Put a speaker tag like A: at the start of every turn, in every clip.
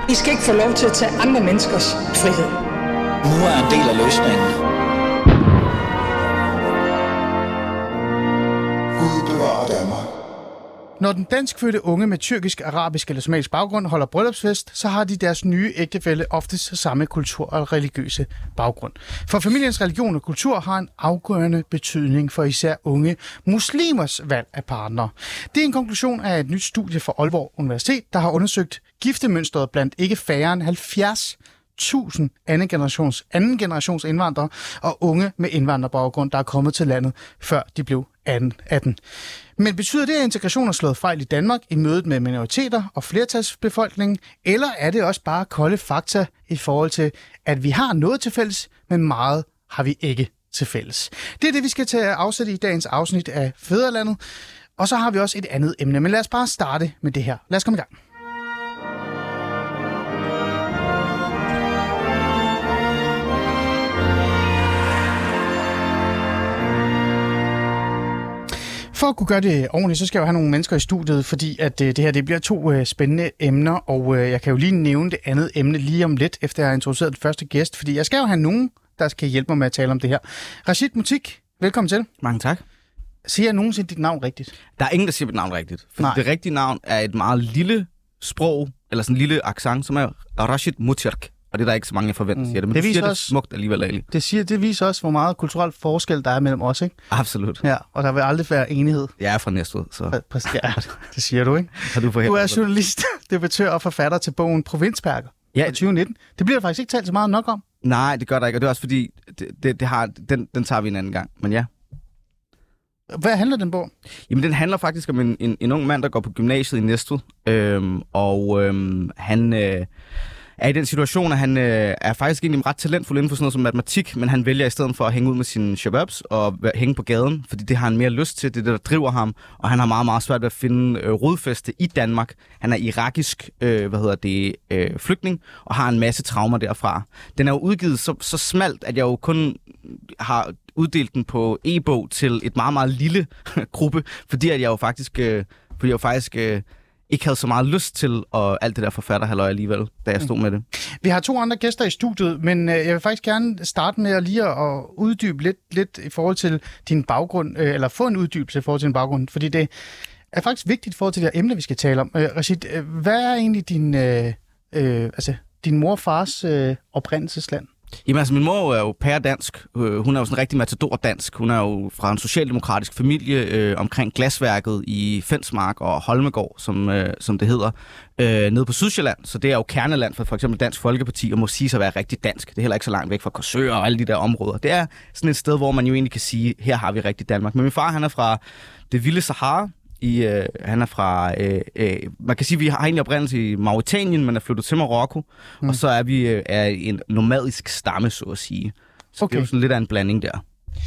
A: I skal ikke få lov til at tage andre menneskers frihed.
B: Nu er en del af løsningen.
C: Gud bevarer Danmark.
D: Når den danskfødte unge med tyrkisk, arabisk eller somalisk baggrund holder bryllupsfest, så har de deres nye ægtefælle oftest samme kultur og religiøse baggrund. For familiens religion og kultur har en afgørende betydning for især unge muslimers valg af partner. Det er en konklusion af et nyt studie fra Aalborg Universitet, der har undersøgt giftemønstret blandt ikke færre end 70.000 anden generations indvandrere og unge med indvandrerbaggrund, der er kommet til landet, før de blev 18. Men betyder det, at integration er slået fejl i Danmark i mødet med minoriteter og flertalsbefolkningen, eller er det også bare kolde fakta i forhold til, at vi har noget til fælles, men meget har vi ikke til fælles? Det er det, vi skal tage afsæt i dagens afsnit af Fædrelandet, og så har vi også et andet emne, men lad os bare starte med det her. Lad os komme i gang. For at kunne gøre det ordentligt, så skal jeg jo have nogle mennesker i studiet, fordi at det her det bliver to spændende emner, og jeg kan jo lige nævne det andet emne lige om lidt, efter jeg har introduceret den første gæst, fordi jeg skal jo have nogen, der skal hjælpe mig med at tale om det her. Rashid Mutik, velkommen til.
E: Mange tak.
D: Siger jeg nogensinde dit navn rigtigt?
E: Der er ingen, der siger mit navn rigtigt. For det rigtige navn er et meget lille sprog, eller sådan en lille accent, som er Rashid Mutirk. Og det er der ikke så mange, jeg forventer, siger det. Men det viser det smukt alligevel egentlig.
D: Det viser også, hvor meget kulturel forskel der er mellem os, ikke?
E: Absolut.
D: Ja, og der vil aldrig være enighed.
E: Jeg er fra Næstved, så...
D: Ja, det siger du, ikke?
E: Du
D: er journalist, debattør og forfatter til bogen Provinsperker fra 2019. Det bliver der faktisk ikke talt så meget nok om.
E: Nej, det gør der ikke, og det er også fordi, den tager vi en anden gang, men ja.
D: Hvad handler den bog?
E: Jamen, den handler faktisk om en ung mand, der går på gymnasiet i Næstved, han... er i den situation, at han er faktisk egentlig ret talentfuld inden for sådan noget som matematik, men han vælger i stedet for at hænge ud med sine shababs og hænge på gaden, fordi det har han mere lyst til, det er det, der driver ham, og han har meget, meget svært ved at finde rodfæste i Danmark. Han er irakisk flygtning, og har en masse traumer derfra. Den er jo udgivet så smalt, at jeg jo kun har uddelt den på e-bog til et meget, meget lille gruppe, fordi jeg jo faktisk ikke havde så meget lyst til alt det der forfatterhalløj alligevel, da jeg stod med det.
D: Vi har to andre gæster i studiet, men jeg vil faktisk gerne starte med lige at uddybe lidt i forhold til din baggrund, eller få en uddybelse i forhold til din baggrund, fordi det er faktisk vigtigt i forhold til det her emne, vi skal tale om. Rashid, hvad er egentlig din mor og fars oprindelsesland?
E: Jamen altså, min mor er jo pæredansk. Hun er jo sådan rigtig matador-dansk. Hun er jo fra en socialdemokratisk familie omkring glasværket i Fensmark og Holmegård, som det hedder, nede på Sydsjælland. Så det er jo kerneland for eksempel Dansk Folkeparti, og må sige sig at være rigtig dansk. Det er heller ikke så langt væk fra Korsør og alle de der områder. Det er sådan et sted, hvor man jo egentlig kan sige, her har vi rigtig Danmark. Men min far, han er fra det vilde Sahara. Han er fra, man kan sige, vi har egentlig oprindelse i Mauritanien, men er flyttet til Marokko, og så er vi en nomadisk stamme, så at sige. Så okay. Det er jo sådan lidt af en blanding der.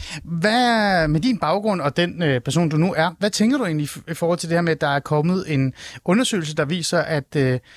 D: Hvad med din baggrund og den person, du nu er, hvad tænker du egentlig i forhold til det her med, at der er kommet en undersøgelse, der viser, at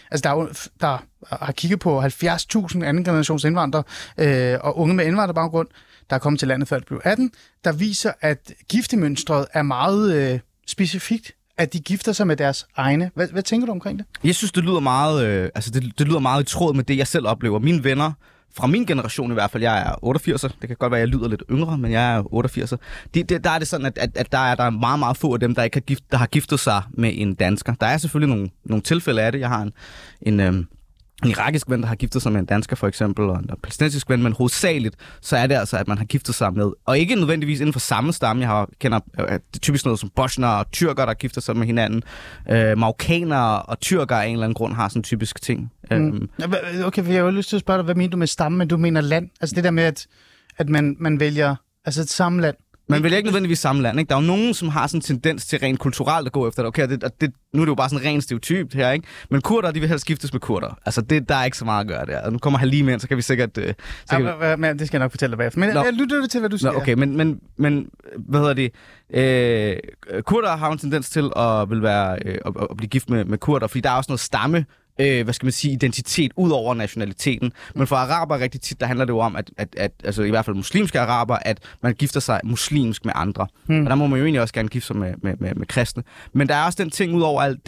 D: der har kigget på 70.000 anden generations indvandrere og unge med indvandrerbaggrund, der er kommet til landet før de blev 18, der viser, at giftemønstret er meget... specifikt, at de gifter sig med deres egne. Hvad tænker du omkring det? Jeg synes,
E: det lyder meget, det lyder meget i tråd med det, jeg selv oplever. Mine venner, fra min generation i hvert fald, jeg er 88'er. Det kan godt være, jeg lyder lidt yngre, men jeg er 88'er. Der er det sådan, at der er meget, meget få af dem, der har giftet sig med en dansker. Der er selvfølgelig nogle tilfælde af det. Jeg har en irakisk ven, der har giftet sig med en dansker for eksempel, og en palæstinensisk ven, men hovedsageligt, så er det altså, at man har giftet sig med, og ikke nødvendigvis inden for samme stamme. Jeg kender det typisk noget som bosnere og tyrker, der gifter sig med hinanden. Marokkanere og tyrker af en eller anden grund har sådan en typisk ting.
D: Okay, for jeg har jo lyst til at spørge dig, hvad mener du med stamme, men du mener land? Altså det der med, at man vælger et samme land.
E: Man vælger ikke nødvendigvis samme land, ikke? Der er jo nogen, som har sådan en tendens til rent kulturelt at gå efter det. Okay, nu er det jo bare sådan rent stereotypt her, ikke? Men kurder, de vil helst giftes med kurder. Altså, der er ikke så meget at gøre der. Og nu kommer Halim ind, så kan vi sikkert... det
D: skal jeg nok fortælle dig bagefter. Men jeg lytter til, hvad du siger.
E: Okay, men hvad hedder det? Kurder har en tendens til at blive gift med kurder, fordi der er også noget stamme identitet ud over nationaliteten. Men for araber rigtig tit, der handler det jo om, at altså i hvert fald muslimske araber, at man gifter sig muslimsk med andre. Og der må man jo egentlig også gerne gifte sig med kristne. Men der er også den ting ud over alt det,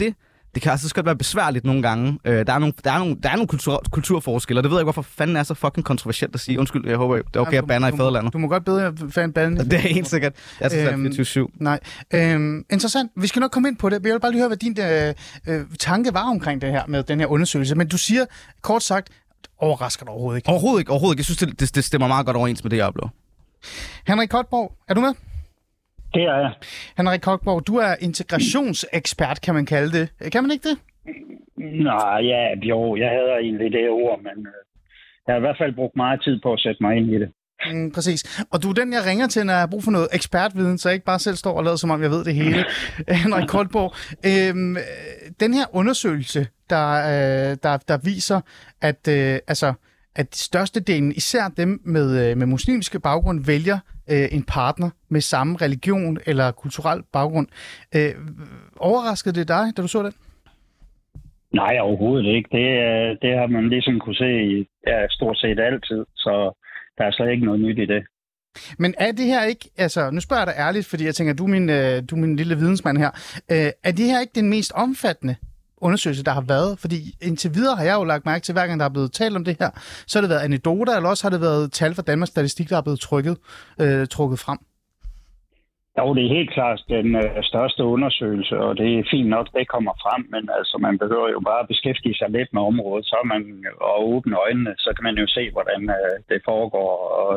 E: det kan altså godt være besværligt nogle gange. Der er nogle kulturforskelle, og det ved jeg ikke, hvorfor fanden er så fucking kontroversielt at sige. Undskyld, jeg håber, det er okay, jeg banner i fædrelandet.
D: Du må godt bede fan bande.
E: Det er helt sikkert. Jeg er 24/7.
D: Nej. Interessant. Vi skal nok komme ind på det. Jeg vil bare lige høre, hvad din tanke var omkring det her med den her undersøgelse. Men du siger, kort sagt, overrasker dig overhovedet ikke?
E: Overhovedet ikke. Jeg synes, det stemmer meget godt overens med det, jeg oplever.
D: Henrik Koldborg, er du med?
F: Det er jeg.
D: Henrik Koldborg, du er integrationsekspert, kan man kalde det. Kan man ikke det?
F: Nej, jeg hader egentlig det ord, men jeg har i hvert fald brugt meget tid på at sætte mig ind i det.
D: Præcis. Og du er den, jeg ringer til, når jeg har brug for noget ekspertviden, så jeg ikke bare selv står og lader, som om jeg ved det hele. Henrik Koldborg, den her undersøgelse, der viser, at størstedelen, især dem med muslimske baggrund, vælger en partner med samme religion eller kulturel baggrund. Overraskede det dig, da du så det?
F: Nej, overhovedet ikke. Det har man ligesom kunne se i stort set altid, så der er slet ikke noget nyt i det.
D: Men er det her ikke, altså nu spørger jeg dig ærligt, fordi jeg tænker, du er min lille vidensmand her, er det her ikke den mest omfattende undersøgelse, der har været? Fordi indtil videre har jeg jo lagt mærke til, hver gang der er blevet talt om det her, så har det været anekdoter, eller også har det været tal fra Danmarks Statistik, der er blevet trukket frem.
F: Jo, det er helt klart den største undersøgelse, og det er fint nok, det kommer frem, men altså, man behøver jo bare beskæftige sig lidt med området, så man og åbne øjnene, så kan man jo se, hvordan det foregår, og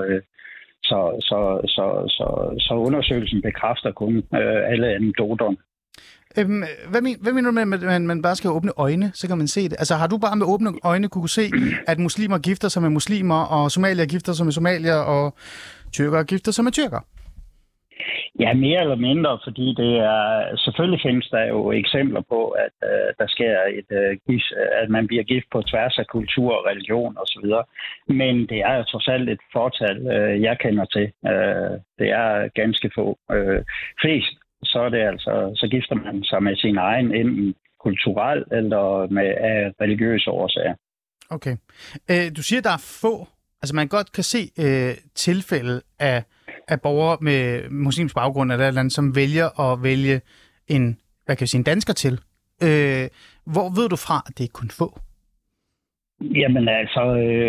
F: så undersøgelsen bekræfter kun alle anekdoterne.
D: Hvad mener du med, at man bare skal åbne øjne, så kan man se det? Altså har du bare med åbne øjne kunne se, at muslimer gifter sig med muslimer, og somalier gifter sig med somalier, og tyrkere gifter sig med tyrkere?
F: Ja, mere eller mindre, fordi det er selvfølgelig findes der jo eksempler på, at der sker at man bliver gift på tværs af kultur og religion osv. Men det er jo trods alt et fortal, jeg kender til. Det er ganske få. Flest, så er det altså, så gifter man sig med sin egen, enten kulturel eller af religiøse årsager.
D: Okay. Du siger, der er få. Altså man godt kan se tilfælde af borgere med muslimsk baggrund eller et eller andet, som vælger at vælge en dansker til. Hvor ved du fra, at det er kun få?
F: Jamen altså,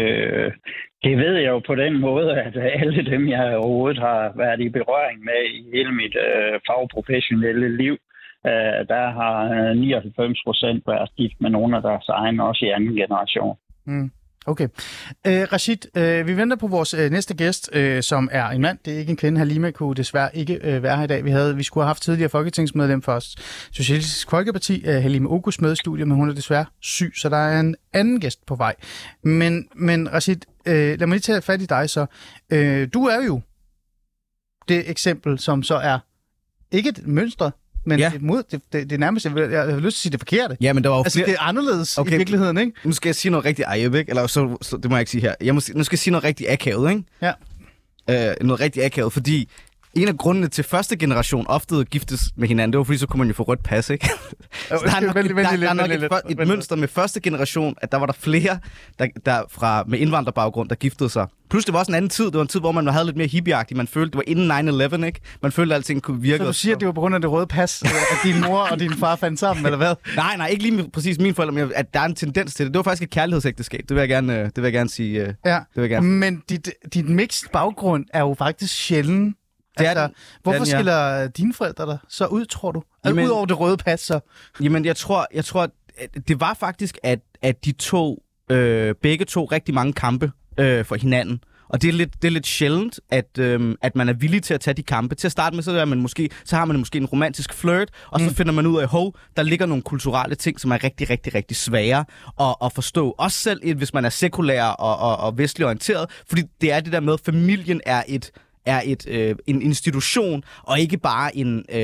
F: det ved jeg jo på den måde, at alle dem, jeg overhovedet har været i berøring med i hele mit fagprofessionelle liv, der har 99% været gift med nogen af deres egen, også i anden generation.
D: Okay. Rashid, vi venter på vores næste gæst, som er en mand. Det er ikke en kvinde. Halima kunne desværre ikke være her i dag. Vi skulle have haft tidligere folketingsmedlem for Socialistisk Folkeparti, Halime Oguz, med i studiet, men hun er desværre syg, så der er en anden gæst på vej. Men Rashid, lad mig lige tage fat i dig så. Du er jo det eksempel, som så er ikke et mønster, men det er nærmest, jeg har lyst til at sige det forkerte.
E: Ja, men der var jo
D: det er anderledes i virkeligheden, ikke?
E: Nu skal jeg sige noget rigtig ikke? Eller så det må jeg ikke sige her. Nu skal jeg sige noget rigtig akavet, ikke?
D: Ja.
E: Noget rigtig akavet, fordi en af grundene til første generation ofte giftes med hinanden, det var fordi, så kunne man jo få rødt pas, ikke? Der er et mønster med første generation, at der var der flere der med indvandrerbaggrund, der giftede sig. Plus det var også en anden tid. Det var en tid, hvor man havde lidt mere hippieagtigt. Man følte, det var inden 9/11, ikke? Man følte, at alting kunne virke.
D: Så du siger, at det var på grund af det røde pas, at din mor og din far fandt sammen, eller hvad?
E: Nej, ikke lige præcis mine forældre, men at der er en tendens til det. Det var faktisk et kærlighedsægteskab. Det vil jeg gerne sige.
D: Ja,
E: det vil jeg gerne.
D: Men dit mixed baggrund er jo faktisk sjælden. Hvorfor skiller dine forældre dig så ud, tror du? Ud over det røde pas, så?
E: Jamen, jeg tror, det var faktisk, at de begge to rigtig mange kampe for hinanden. Og det er lidt sjældent, at man er villig til at tage de kampe. Til at starte med, så har man måske en romantisk flirt, og så finder man ud af, der ligger nogle kulturelle ting, som er rigtig, rigtig, rigtig svære at forstå. Også selv, hvis man er sekulær og vestlig orienteret, fordi det er det der med, at familien er en institution og ikke bare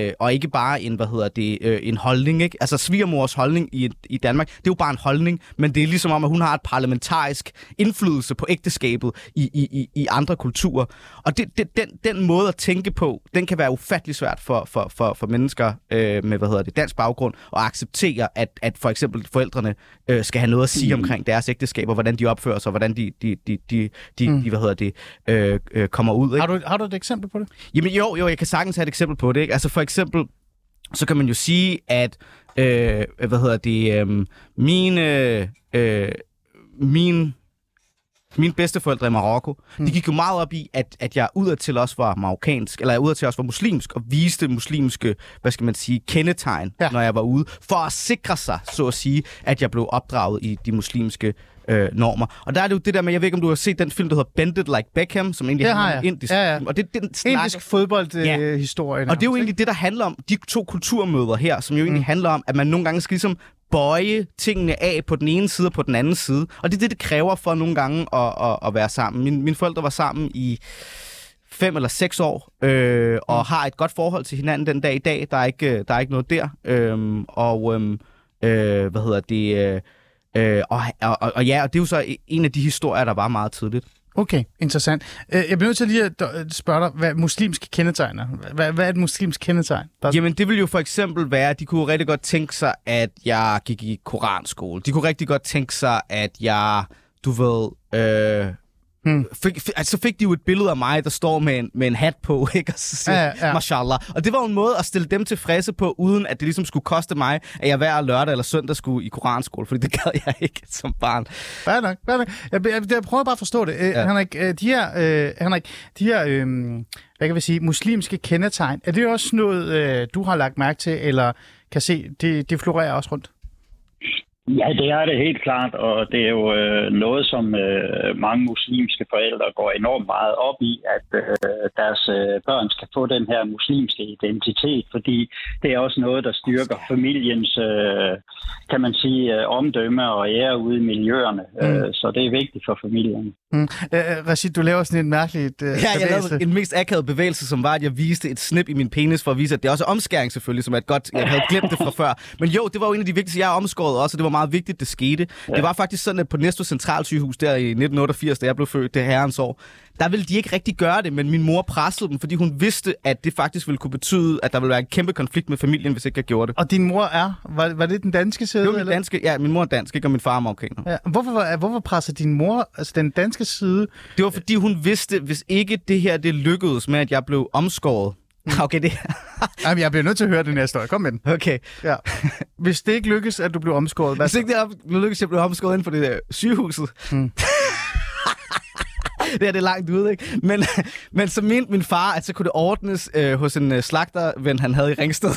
E: en holdning, ikke? Altså svigermors holdning i Danmark, det er jo bare en holdning, men det er ligesom om, at hun har et parlamentarisk indflydelse på ægteskabet i andre kulturer. Og den måde at tænke på, den kan være ufattelig svært for mennesker med dansk baggrund at acceptere, at for eksempel forældrene skal have noget at sige omkring deres ægteskab og hvordan de opfører sig og hvordan de kommer ud, ikke?
D: Har du et eksempel på det?
E: Jamen jo, jeg kan sagtens have et eksempel på det, ikke? Altså for eksempel, så kan man jo sige, at mine bedsteforældre i Marokko, de gik jo meget op i, at jeg udadtil også var marokkansk, eller udadtil også var muslimsk, og viste muslimske, kendetegn, når jeg var ude, for at sikre sig, så at sige, at jeg blev opdraget i de muslimske normer. Og der er det jo det der med, jeg ved ikke, om du har set den film, der hedder Bend It Like Beckham, som egentlig handler om indisk. Ja. Og det
D: indisk fodboldhistorie.
E: Og det er jo egentlig det, der handler om de to kulturmøder her, som jo egentlig handler om, at man nogle gange skal ligesom bøje tingene af på den ene side og på den anden side. Og det er det kræver for nogle gange at være sammen. Mine forældre var sammen i 5 eller 6 år, og har et godt forhold til hinanden den dag i dag. Der er ikke noget der. Og det er jo så en af de historier, der var meget tidligt.
D: Okay, interessant. Jeg bliver nødt til lige at spørge dig, hvad muslimske kendetegner? Hvad er et muslimsk kendetegn?
E: Jamen, det vil jo for eksempel være, at de kunne rigtig godt tænke sig, at jeg gik i koranskole. De kunne rigtig godt tænke sig, at jeg, så fik de jo et billede af mig, der står med en hat på, ikke? Og så siger, mashallah. Og det var jo en måde at stille dem tilfredse på, uden at det ligesom skulle koste mig, at jeg hver lørdag eller søndag skulle i koranskole, fordi det gad jeg ikke som barn.
D: Fair nok. Jeg prøver bare at forstå det. Henrik, de her hvad kan vi sige, muslimske kendetegn, er det også noget, du har lagt mærke til, eller kan se, det florerer også rundt?
F: Ja, det er det helt klart, og det er jo noget, som mange muslimske forældre går enormt meget op i, at deres børn skal få den her muslimske identitet, fordi det er også noget, der styrker familiens, kan man sige, omdømme og ære ude i miljøerne. Så det er vigtigt for familien.
D: Rashid, du laver sådan en mærkelig
E: jeg lavede en mest akavet bevægelse, som var, at jeg viste et snip i min penis for at vise, at det er også omskæring selvfølgelig, som er et godt, jeg havde glemt det fra før. Men jo, det var jo en af de vigtigste, jeg er omskåret også, og det var meget vigtigt, det skete. Ja. Det var faktisk sådan, at på Næstved Centralsygehus der i 1988, da jeg blev født, det herrens år, der ville de ikke rigtig gøre det, men min mor pressede dem, fordi hun vidste, at det faktisk ville kunne betyde, at der ville være en kæmpe konflikt med familien, hvis ikke jeg gjorde det.
D: Og din mor var det den danske side?
E: Jo, min mor er dansk, ikke? Og min far er marokkaner.
D: Ja. Hvorfor presser din mor, altså den danske side?
E: Det var, fordi hun vidste, hvis ikke det her det lykkedes med, at jeg blev omskåret. Okay, det
D: Jamen, jeg bliver nødt til at høre den her historie. Kom med den.
E: Okay. Ja.
D: Hvis det ikke lykkes, at du bliver omskåret,
E: hvis ikke det lykkes, at jeg bliver omskåret inden for det der sygehuset. Det er langt ude, ikke? Men så mente min far, at så kunne det ordnes hos en slagterven, han havde i Ringsted.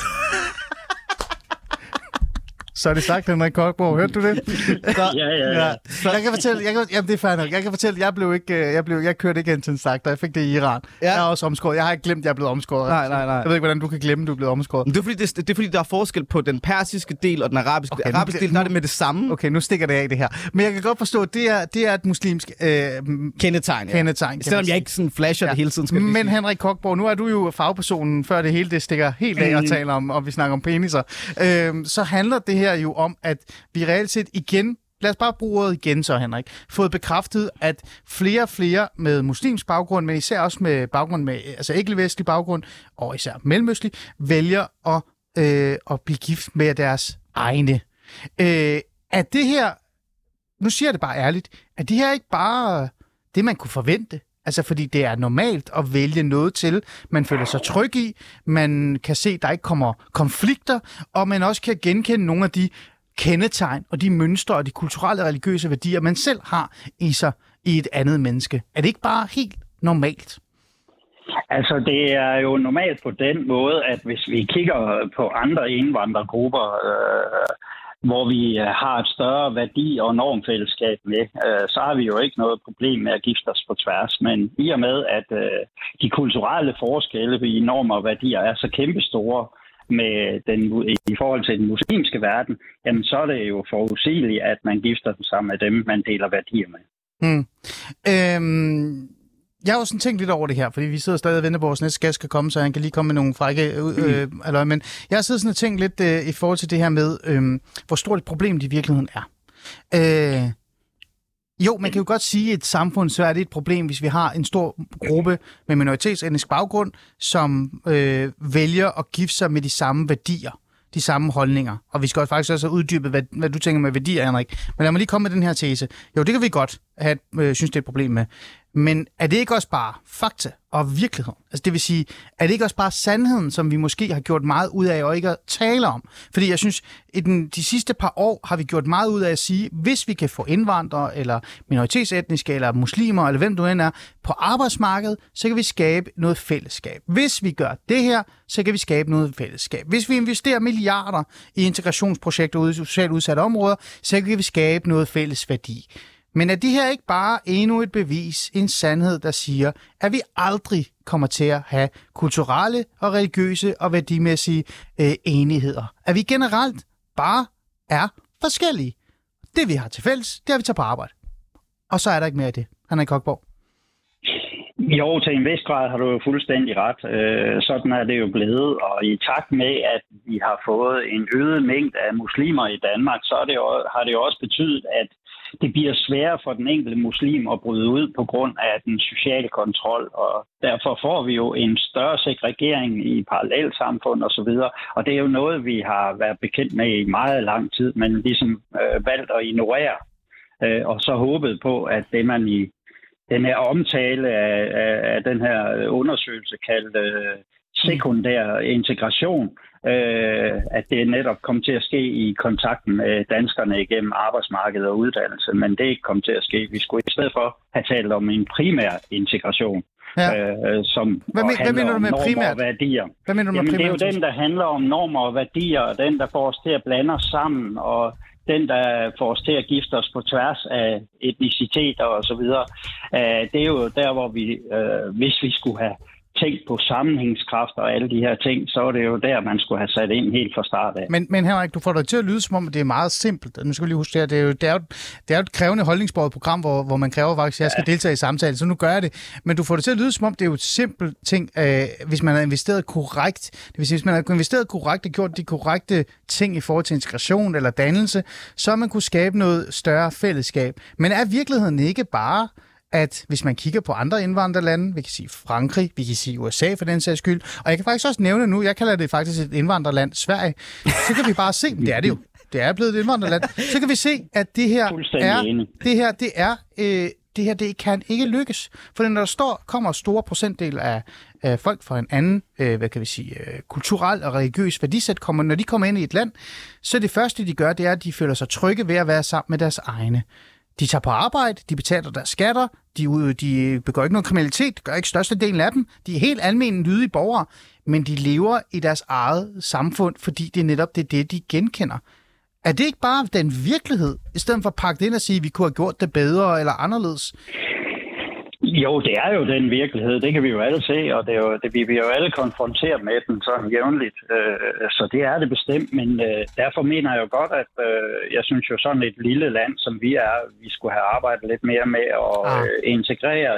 D: Så er det sagt, Henrik Kokborg. Hørte du det?
F: Ja.
D: Jeg kan fortælle, jamen det er fair nok. Jeg kan fortælle, jeg kørte ikke ind til en slagter. Jeg fik det i Iran. Ja. Jeg er også omskåret. Jeg har ikke glemt, at jeg er blevet omskåret.
E: Nej.
D: Jeg ved ikke, hvordan du kan glemme, at du er blevet omskåret.
E: Men det er fordi, der er forskel på den persiske del og den arabiske. Okay, arabiske del, der er det med det samme.
D: Okay, nu stikker det af det her. Men jeg kan godt forstå, at det er et muslimsk
E: kendetegn. Selvom jeg ikke sådan flasher det hele tiden.
D: Men Henrik Kokborg, nu er du jo fagpersonen, før det hele det stikker helt af og taler om, og vi snakker om peniser. Så handler det her jo om, at vi reelt set igen, lad os bare bruge ordet igen så, Henrik, fået bekræftet, at flere og flere med muslimsk baggrund, men især også med baggrund med, altså ikke-vestlig baggrund, og især mellemøstlig, vælger at blive gift med deres egne. Er det her, nu siger jeg det bare ærligt, er det her ikke bare det, man kunne forvente? Altså, fordi det er normalt at vælge noget til, man føler sig tryg i, man kan se, at der ikke kommer konflikter, og man også kan genkende nogle af de kendetegn og de mønstre og de kulturelle og religiøse værdier, man selv har i sig i et andet menneske. Er det ikke bare helt normalt?
F: Altså, det er jo normalt på den måde, at hvis vi kigger på andre indvandrergrupper, hvor vi har et større værdi- og normfællesskab med, så har vi jo ikke noget problem med at gifte os på tværs. Men i og med, at de kulturelle forskelle i normer og værdier er så kæmpestore i forhold til den muslimske verden, jamen så er det jo forudsigeligt, at man gifter sig sammen med dem, man deler værdier med.
D: Jeg har jo sådan tænkt lidt over det her, fordi vi sidder stadig og venter på, at vores næste gæst skal komme, så han kan lige komme med nogle frække men jeg har siddet sådan og tænkt lidt i forhold til det her med, hvor stort et problem det i virkeligheden er. Jo, man kan jo godt sige, at i et samfund, så er det et problem, hvis vi har en stor gruppe med minoritetsetnisk baggrund, som vælger at gifte sig med de samme værdier, de samme holdninger. Og vi skal faktisk også have uddybet, hvad du tænker med værdier, Henrik. Men lad mig lige komme med den her tese. Jo, det kan vi godt synes, det er et problem med. Men er det ikke også bare fakta og virkeligheden? Altså det vil sige, er det ikke også bare sandheden, som vi måske har gjort meget ud af og ikke at tale om? Fordi jeg synes, i de sidste par år har vi gjort meget ud af at sige, hvis vi kan få indvandrere eller minoritetsetniske eller muslimer eller hvem du end er på arbejdsmarkedet, så kan vi skabe noget fællesskab. Hvis vi gør det her, så kan vi skabe noget fællesskab. Hvis vi investerer milliarder i integrationsprojekter ude i socialt udsatte områder, så kan vi skabe noget fælles værdi. Men er det her ikke bare endnu et bevis, en sandhed, der siger, at vi aldrig kommer til at have kulturelle og religiøse og værdimæssige enigheder? At vi generelt bare er forskellige. Det vi har til fælles, det er, at vi tager på arbejde. Og så er der ikke mere af det. Henrik Hogborg.
F: Jo, til en vis grad har du jo fuldstændig ret. Sådan er det jo blevet, og i takt med, at vi har fået en øget mængde af muslimer i Danmark, så har det jo også betydet, at det bliver sværere for den enkelte muslim at bryde ud på grund af den sociale kontrol, og derfor får vi jo en større segregering i parallelsamfund osv., og det er jo noget, vi har været bekendt med i meget lang tid, men ligesom valgt at ignorere, og så håbet på, at det man i den her omtale af den her undersøgelse kaldt sekundær integration, at det netop kom til at ske i kontakten med danskerne igennem arbejdsmarkedet og uddannelse, men det er ikke kommet til at ske. Vi skulle i stedet for have talt om en primær integration, som
D: hvad mener du med primært?
F: Og værdier.
D: Hvad mener du med primært?
F: Det er jo den, der handler om normer og værdier, og den, der får os til at blande os sammen, og den, der får os til at gifte os på tværs af etniciteter og så videre. Det er jo der, hvor vi, hvis vi skulle have tænkt på sammenhængskraft og alle de her ting, så er det jo der, man skulle have sat ind helt fra start af.
D: Men Henrik, du får det til at lyde som om, at det er meget simpelt. Nu skal vi lige huske det er jo et krævende holdningsbordet program, hvor man kræver faktisk, at jeg skal deltage i samtalen, så nu gør jeg det. Men du får det til at lyde som om, det er jo et simpelt ting, hvis man har investeret korrekt. Det vil sige, hvis man har investeret korrekt og gjort de korrekte ting i forhold til integration eller dannelse, så har man kunne skabe noget større fællesskab. Men er virkeligheden ikke bare, at hvis man kigger på andre indvandrerlande, vi kan sige Frankrig, vi kan sige USA for den sags skyld, og jeg kan faktisk også nævne nu, jeg kalder det faktisk et indvandrerland, Sverige, så kan vi bare se, det er det jo, det er blevet et indvandrerland, så kan vi se, at det her det kan ikke lykkes. For når der kommer store procentdel af folk fra en anden, kulturel og religiøs værdisæt, når de kommer ind i et land, så det første, de gør, det er, at de føler sig trygge ved at være sammen med deres egne. De tager på arbejde, de betaler deres skatter, de begår ikke noget kriminalitet, det gør ikke størstedelen af dem. De er helt almindelige lydige borgere, men de lever i deres eget samfund, fordi det er netop det, de genkender. Er det ikke bare den virkelighed, i stedet for at pakke det ind og sige, at vi kunne have gjort det bedre eller anderledes?
F: Jo, det er jo den virkelighed. Det kan vi jo alle se, og vi bliver jo alle konfronteret med den sådan jævnligt. Så det er det bestemt, men derfor mener jeg jo godt, at jeg synes jo sådan et lille land, som vi skulle have arbejdet lidt mere med at integrere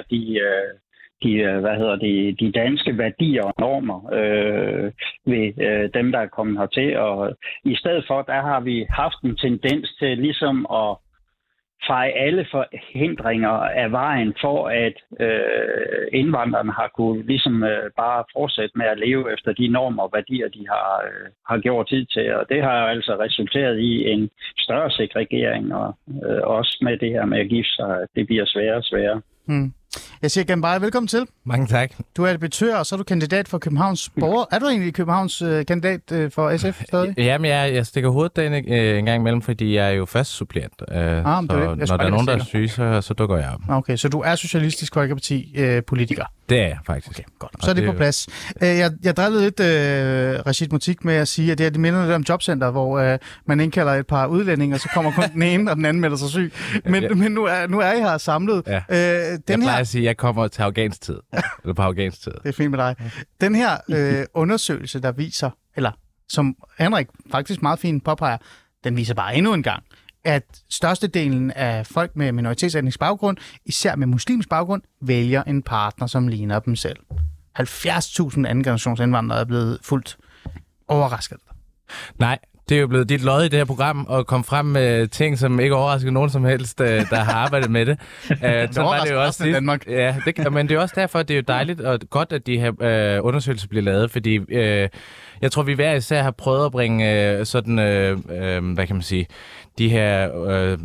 F: de danske værdier og normer ved dem, der er kommet hertil. Og i stedet for, der har vi haft en tendens til ligesom at feje alle forhindringer af vejen for, at indvandrerne har kunne ligesom bare fortsætte med at leve efter de normer og værdier, de har gjort tid til. Og det har jo altså resulteret i en større segregering, og også med det her med at gifte sig, det bliver sværere og sværere.
D: Jeg siger igen bare velkommen til.
G: Mange tak.
D: Du er debattør, og så er du kandidat for Københavns Borger. Er du egentlig Københavns kandidat for SF stadig?
G: Jamen, jeg stikker hovedet derinde en gang imellem, fordi jeg er jo først supplent. Så når der er nogen, der er syge, så dukker jeg op.
D: Okay, så du er Socialistisk Folkeparti-politiker?
G: Det er jeg faktisk.
D: Okay, godt. Så er det på plads. Jeg drillede lidt Rashid Mutik med at sige, at det minder lidt om jobcenter, hvor man indkalder et par udlændinge, og så kommer kun den ene, og den anden melder sig syg. Men nu er I her samlet. Ja.
G: Jeg plejer at sige, at jeg kommer til afghansk tid. Eller på afghansk tid.
D: Det er fint med dig. Den her undersøgelse, der viser, eller som Henrik faktisk meget fint påpeger, den viser bare endnu en gang, at størstedelen af folk med minoritetsetnisk baggrund, især med muslimsk baggrund, vælger en partner, som ligner dem selv. 70.000 anden generations indvandrere er blevet fuldt overrasket.
G: Nej, det er jo blevet dit lod i det her program at komme frem med ting, som ikke overrasker nogen som helst, der har arbejdet med det.
D: Det var det jo også i Danmark.
G: Ja, men det er også derfor, det er jo dejligt og godt, at de her undersøgelser bliver lavet, fordi jeg tror, vi hver især har prøvet at bringe sådan, hvad kan man sige, de her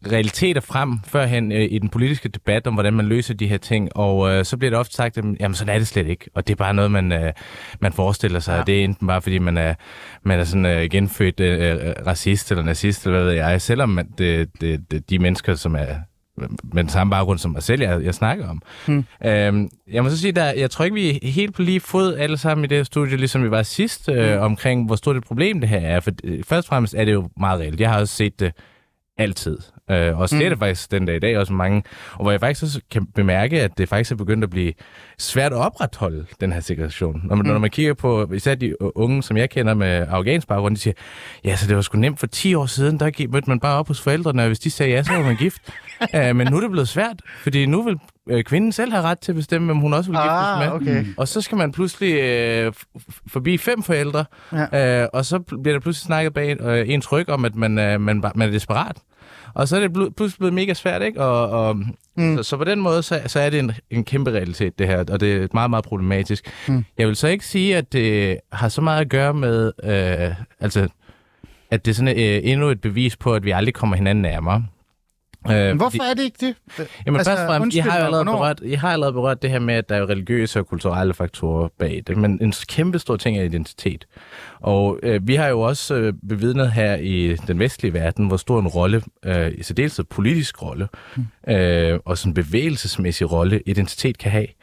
G: realiteter frem førhen i den politiske debat om, hvordan man løser de her ting, og så bliver det ofte sagt, at jamen, sådan er det slet ikke, og det er bare noget, man forestiller sig, og det er enten bare, fordi man er sådan genfødt racist eller nazist, eller hvad ved jeg, selvom de mennesker, som er med den samme baggrund som mig selv, jeg snakker om. Jeg må så sige, jeg tror ikke, vi er helt på lige fod alle sammen i det her studie, ligesom vi var sidst, omkring, hvor stort et problem det her er. For først og fremmest er det jo meget reelt. Jeg har også set det altid. Og så er det faktisk den dag i dag også mange, og hvor jeg faktisk også kan bemærke, at det faktisk er begyndt at blive svært at opretholde den her segregation. Når man kigger på især de unge, som jeg kender med afghansk baggrund, de siger, ja, så det var sgu nemt for 10 år siden, der mødte man bare op hos forældrene, og hvis de sagde ja, så var man gift. Men nu er det blevet svært, fordi nu vil kvinden selv have ret til at bestemme, hvem hun også vil giftes med. Okay. Og så skal man pludselig forbi 5 forældre, og så bliver der pludselig snakket bag ens ryg om, at man er desperat. Og så er det pludselig blevet mega svært, ikke? Så på den måde, så er det en kæmpe realitet, det her, og det er meget, meget problematisk. Jeg vil så ikke sige, at det har så meget at gøre med, at det er sådan endnu et bevis på, at vi aldrig kommer hinanden nærmere.
D: Hvorfor er det ikke det?
G: Jamen først og fremmest, jeg har allerede berørt det her med, at der er religiøse og kulturelle faktorer bag det, men en kæmpe stor ting er identitet. Og vi har jo også bevidnet her i den vestlige verden, hvor stor en rolle, i særdeleshed politisk rolle, og sådan bevægelsesmæssig rolle, identitet kan have.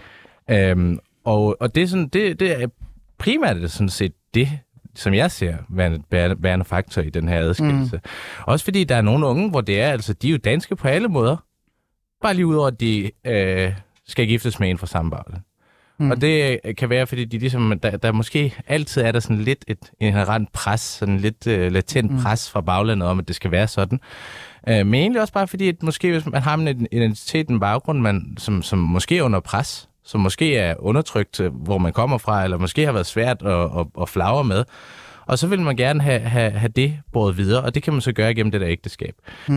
G: Og det er sådan, det er primært det sådan set det, som jeg ser værende faktor i den her adskillelse. Også fordi der er nogle unge, hvor det er, altså de er jo danske på alle måder, bare lige udover, at de skal giftes med en fra samme baggrund. Og det kan være, fordi de ligesom, der måske altid er der sådan lidt et inherent pres, sådan lidt latent pres fra baglandet om, at det skal være sådan. Men egentlig også bare fordi, at måske hvis man har en identitet, en baggrund, som måske er under pres, som måske er undertrykt, hvor man kommer fra, eller måske har været svært at flagre med. Og så vil man gerne have det båret videre, og det kan man så gøre gennem det der ægteskab.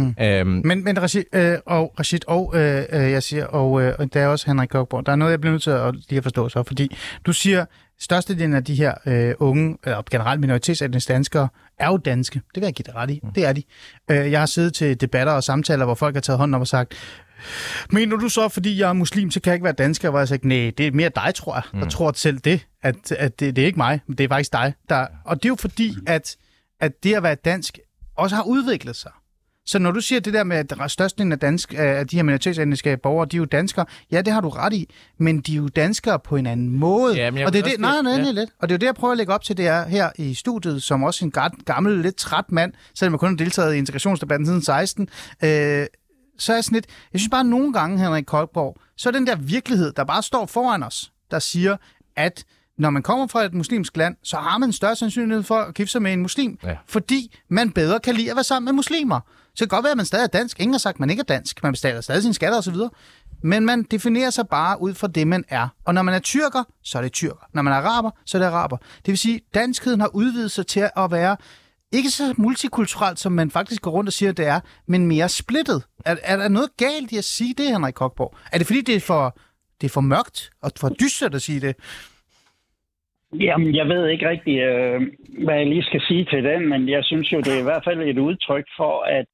D: Men Rashid jeg siger, og der er også Henrik Kokborg, der er noget, jeg bliver nødt til at lige at forstå så, fordi du siger, størstedelen af de her unge, og generelt minoritetsetniske danskere, er jo danske. Det vil jeg give dig ret i. Det er de. Jeg har siddet til debatter og samtaler, hvor folk har taget hånden op og sagt, mener du så, fordi jeg er muslim, så kan jeg ikke være dansker? Hvor jeg sagde, nej, det er mere dig, tror jeg, der tror selv det, at det er ikke mig, men det er faktisk dig. Og det er jo fordi, at det at være dansk også har udviklet sig. Så når du siger det der med, at størstedelen af de her minoritetsetniske borgere, de er jo danskere, ja, det har du ret i, men de er jo danskere på en anden måde. Ja, og det er det, lidt. Og det er jo det, jeg prøver at lægge op til, det er her i studiet, som også en gammel, lidt træt mand, selvom jeg kun har deltaget i integrationsdebatten siden 16, så er sådan lidt, jeg synes bare nogle gange, Henrik Kokborg, så er den der virkelighed, der bare står foran os, der siger, at når man kommer fra et muslimsk land, så har man en større sandsynlighed for at gifte sig med en muslim, fordi man bedre kan lide at være sammen med muslimer. Så det kan godt være, at man stadig er dansk. Ingen har sagt, at man ikke er dansk. Man betaler stadig sine skatter osv. Men man definerer sig bare ud fra det, man er. Og når man er tyrker, så er det tyrker. Når man er araber, så er det araber. Det vil sige, at danskheden har udvidet sig til at være ikke så multikulturelt, som man faktisk går rundt og siger, det er, men mere splittet. Er der noget galt i at sige det, Henrik Kokborg? Er det fordi, det er for mørkt og for dystert at sige det?
F: Jamen, jeg ved ikke rigtig, hvad jeg lige skal sige til den, men jeg synes jo, det er i hvert fald et udtryk for, at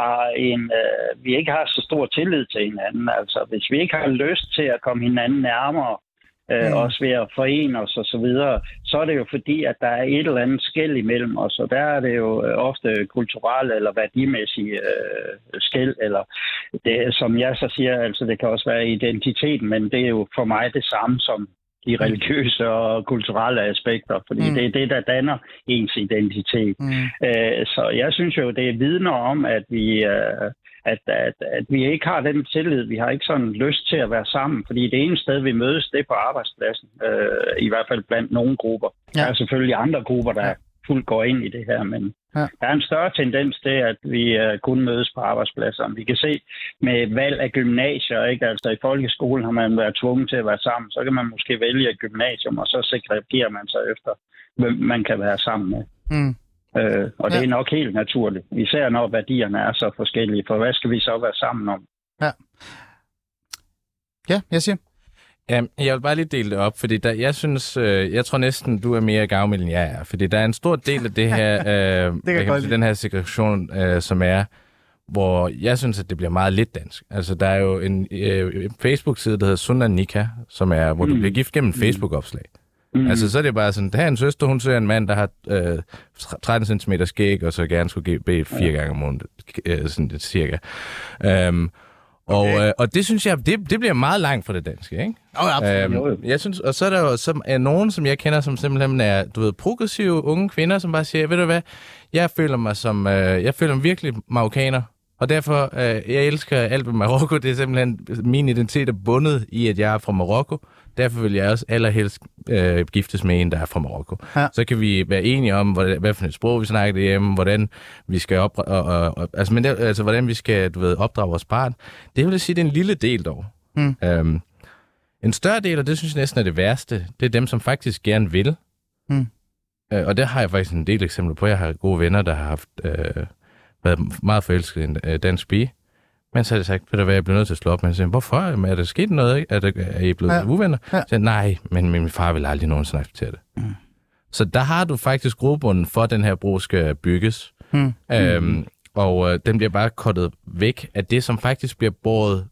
F: vi ikke har så stor tillid til hinanden. Altså, hvis vi ikke har lyst til at komme hinanden nærmere, også ved at forene os og så videre, så er det jo fordi, at der er et eller andet skel imellem os, og der er det jo ofte kulturelle eller værdimæssige skel, eller det, som jeg så siger, altså det kan også være identiteten, men det er jo for mig det samme som de religiøse og kulturelle aspekter, fordi det er det, der danner ens identitet. Så jeg synes jo, det er vidner om, at vi at vi ikke har den tillid. Vi har ikke sådan lyst til at være sammen, fordi det ene sted, vi mødes, det er på arbejdspladsen. I hvert fald blandt nogle grupper. Ja. Der er selvfølgelig andre grupper, der fuldt går ind i det her, men der er en større tendens til, at vi kun mødes på arbejdspladser. Vi kan se med valg af gymnasier, ikke? Altså i folkeskolen har man været tvunget til at være sammen. Så kan man måske vælge et gymnasium, og så segregerer man sig efter, hvem man kan være sammen med. Og det er nok helt naturligt. Især når værdierne er så forskellige. For hvad skal vi så være sammen om?
D: Ja, jeg siger.
G: Jeg vil bare lige dele det op, fordi jeg tror næsten, du er mere gavmild, end jeg er. Fordi der er en stor del af det her, den her segregation, som er, hvor jeg synes, at det bliver meget lidt dansk. Altså, der er jo en Facebook-side, der hedder Sundan Nikah, som er, hvor du bliver gift gennem Facebook-opslag. Altså, så er det bare sådan, der er en søster, hun ser en mand, der har 13 cm skæg, og så gerne skulle bede 4 gange om måneden, sådan det cirka. Og det synes jeg, det bliver meget langt fra det danske, ikke?
D: Absolut.
G: Jeg synes, og så er der jo nogen, som jeg kender, som simpelthen er, du ved, progressive unge kvinder, som bare siger, ved du hvad, jeg føler mig virkelig marokkaner, og derfor, jeg elsker alt ved Marokko. Det er simpelthen, min identitet er bundet i, at jeg er fra Marokko. Derfor vil jeg også allerhelst giftes med en, der er fra Marokko. Ja. Så kan vi være enige om, hvad for et sprog vi snakker derhjemme, hvordan vi skal hvordan vi skal, du ved, opdrage vores barn. Det vil jeg sige, det er en lille del dog. En større del, og det synes jeg næsten er det værste, det er dem, som faktisk gerne vil. Og der har jeg faktisk en del eksempler på. Jeg har gode venner, der har haft været meget forelsket i en dansk pige. Men så har jeg sagt, ved du hvad, jeg bliver nødt til at slå op. Men så siger, hvorfor? Er der sket noget? Ikke? Er I blevet uvenner? Ja. Så nej, men min far vil aldrig nogensinde acceptere det. Så der har du faktisk grobunden for, at den her bro skal bygges. Og den bliver bare kottet væk af det, som faktisk bliver båret,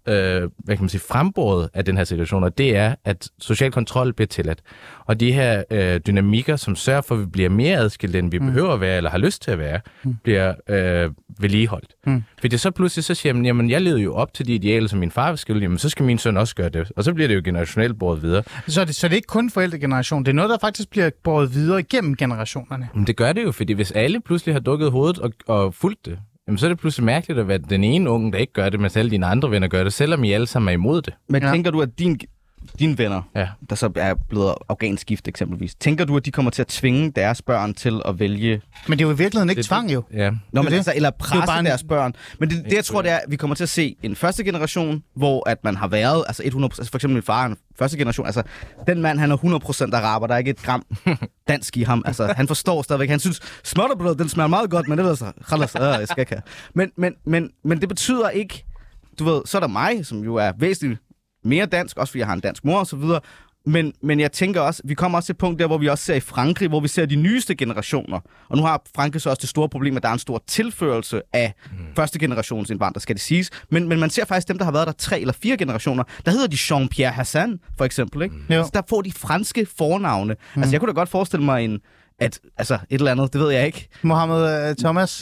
G: frembåret af den her situation, og det er, at social kontrol bliver tilladt. Og de her dynamikker, som sørger for, at vi bliver mere adskilt, end vi behøver at være, eller har lyst til at være, bliver vedligeholdt. Fordi så pludselig så siger man, jamen jeg levede jo op til de idealer, som min far vil skille, jamen så skal min søn også gøre det. Og så bliver det jo generationelt båret videre. Så
D: det er ikke kun forældregeneration, det er noget, der faktisk bliver båret videre igennem generationerne.
G: Men det gør det jo, fordi hvis alle pludselig har dukket hovedet og fulgt det, jamen så er det pludselig mærkeligt at være den ene unge, der ikke gør det, mens alle dine andre venner gør det, selvom I alle sammen er imod det.
E: Men tænker du, at dine venner, der så er blevet afghansk gift eksempelvis, tænker du, at de kommer til at tvinge deres børn til at vælge?
D: Men det er jo i virkeligheden ikke tvang, jo.
E: Ja. Nå, men altså, eller presse deres børn. Men det jeg tror, det er, at vi kommer til at se en første generation, hvor at man har været, altså 100%, altså for eksempel min far, en første generation, altså den mand, han er 100% araber, der er ikke et gram dansk i ham. Altså, han forstår stadigvæk, han synes, smørrebrød, den smager meget godt, men det er så, jeg skal ikke have. Men det betyder ikke, du ved, så er der mig, som jo er væsentligt mere dansk, også fordi jeg har en dansk mor og så videre. Men jeg tænker også, vi kommer også til et punkt der, hvor vi også ser i Frankrig, hvor vi ser de nyeste generationer. Og nu har Frankrig så også det store problem, at der er en stor tilførelse af første generations indvandrere, skal det siges. Men man ser faktisk dem, der har været der 3 eller 4 generationer. Der hedder de Jean-Pierre Hassan, for eksempel. Ikke? Så der får de franske fornavne. Altså jeg kunne da godt forestille mig et eller andet, det ved jeg ikke.
D: Mohammed Thomas.